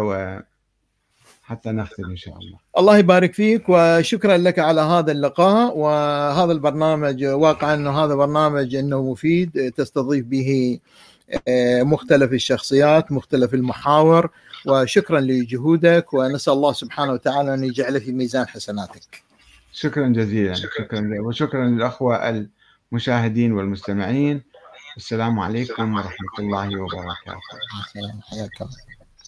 وحتى نختم إن شاء الله. الله يبارك فيك، وشكرا لك على هذا اللقاء وهذا البرنامج. واقعا أنه هذا برنامج أنه مفيد، تستضيف به مختلف الشخصيات، مختلف المحاور، وشكرا لجهودك، ونسأل الله سبحانه وتعالى أن يجعله في ميزان حسناتك. شكرا جزيلا، شكرا وشكرا للأخوة المشاهدين والمستمعين. السلام عليكم ورحمة الله وبركاته. حياك الله.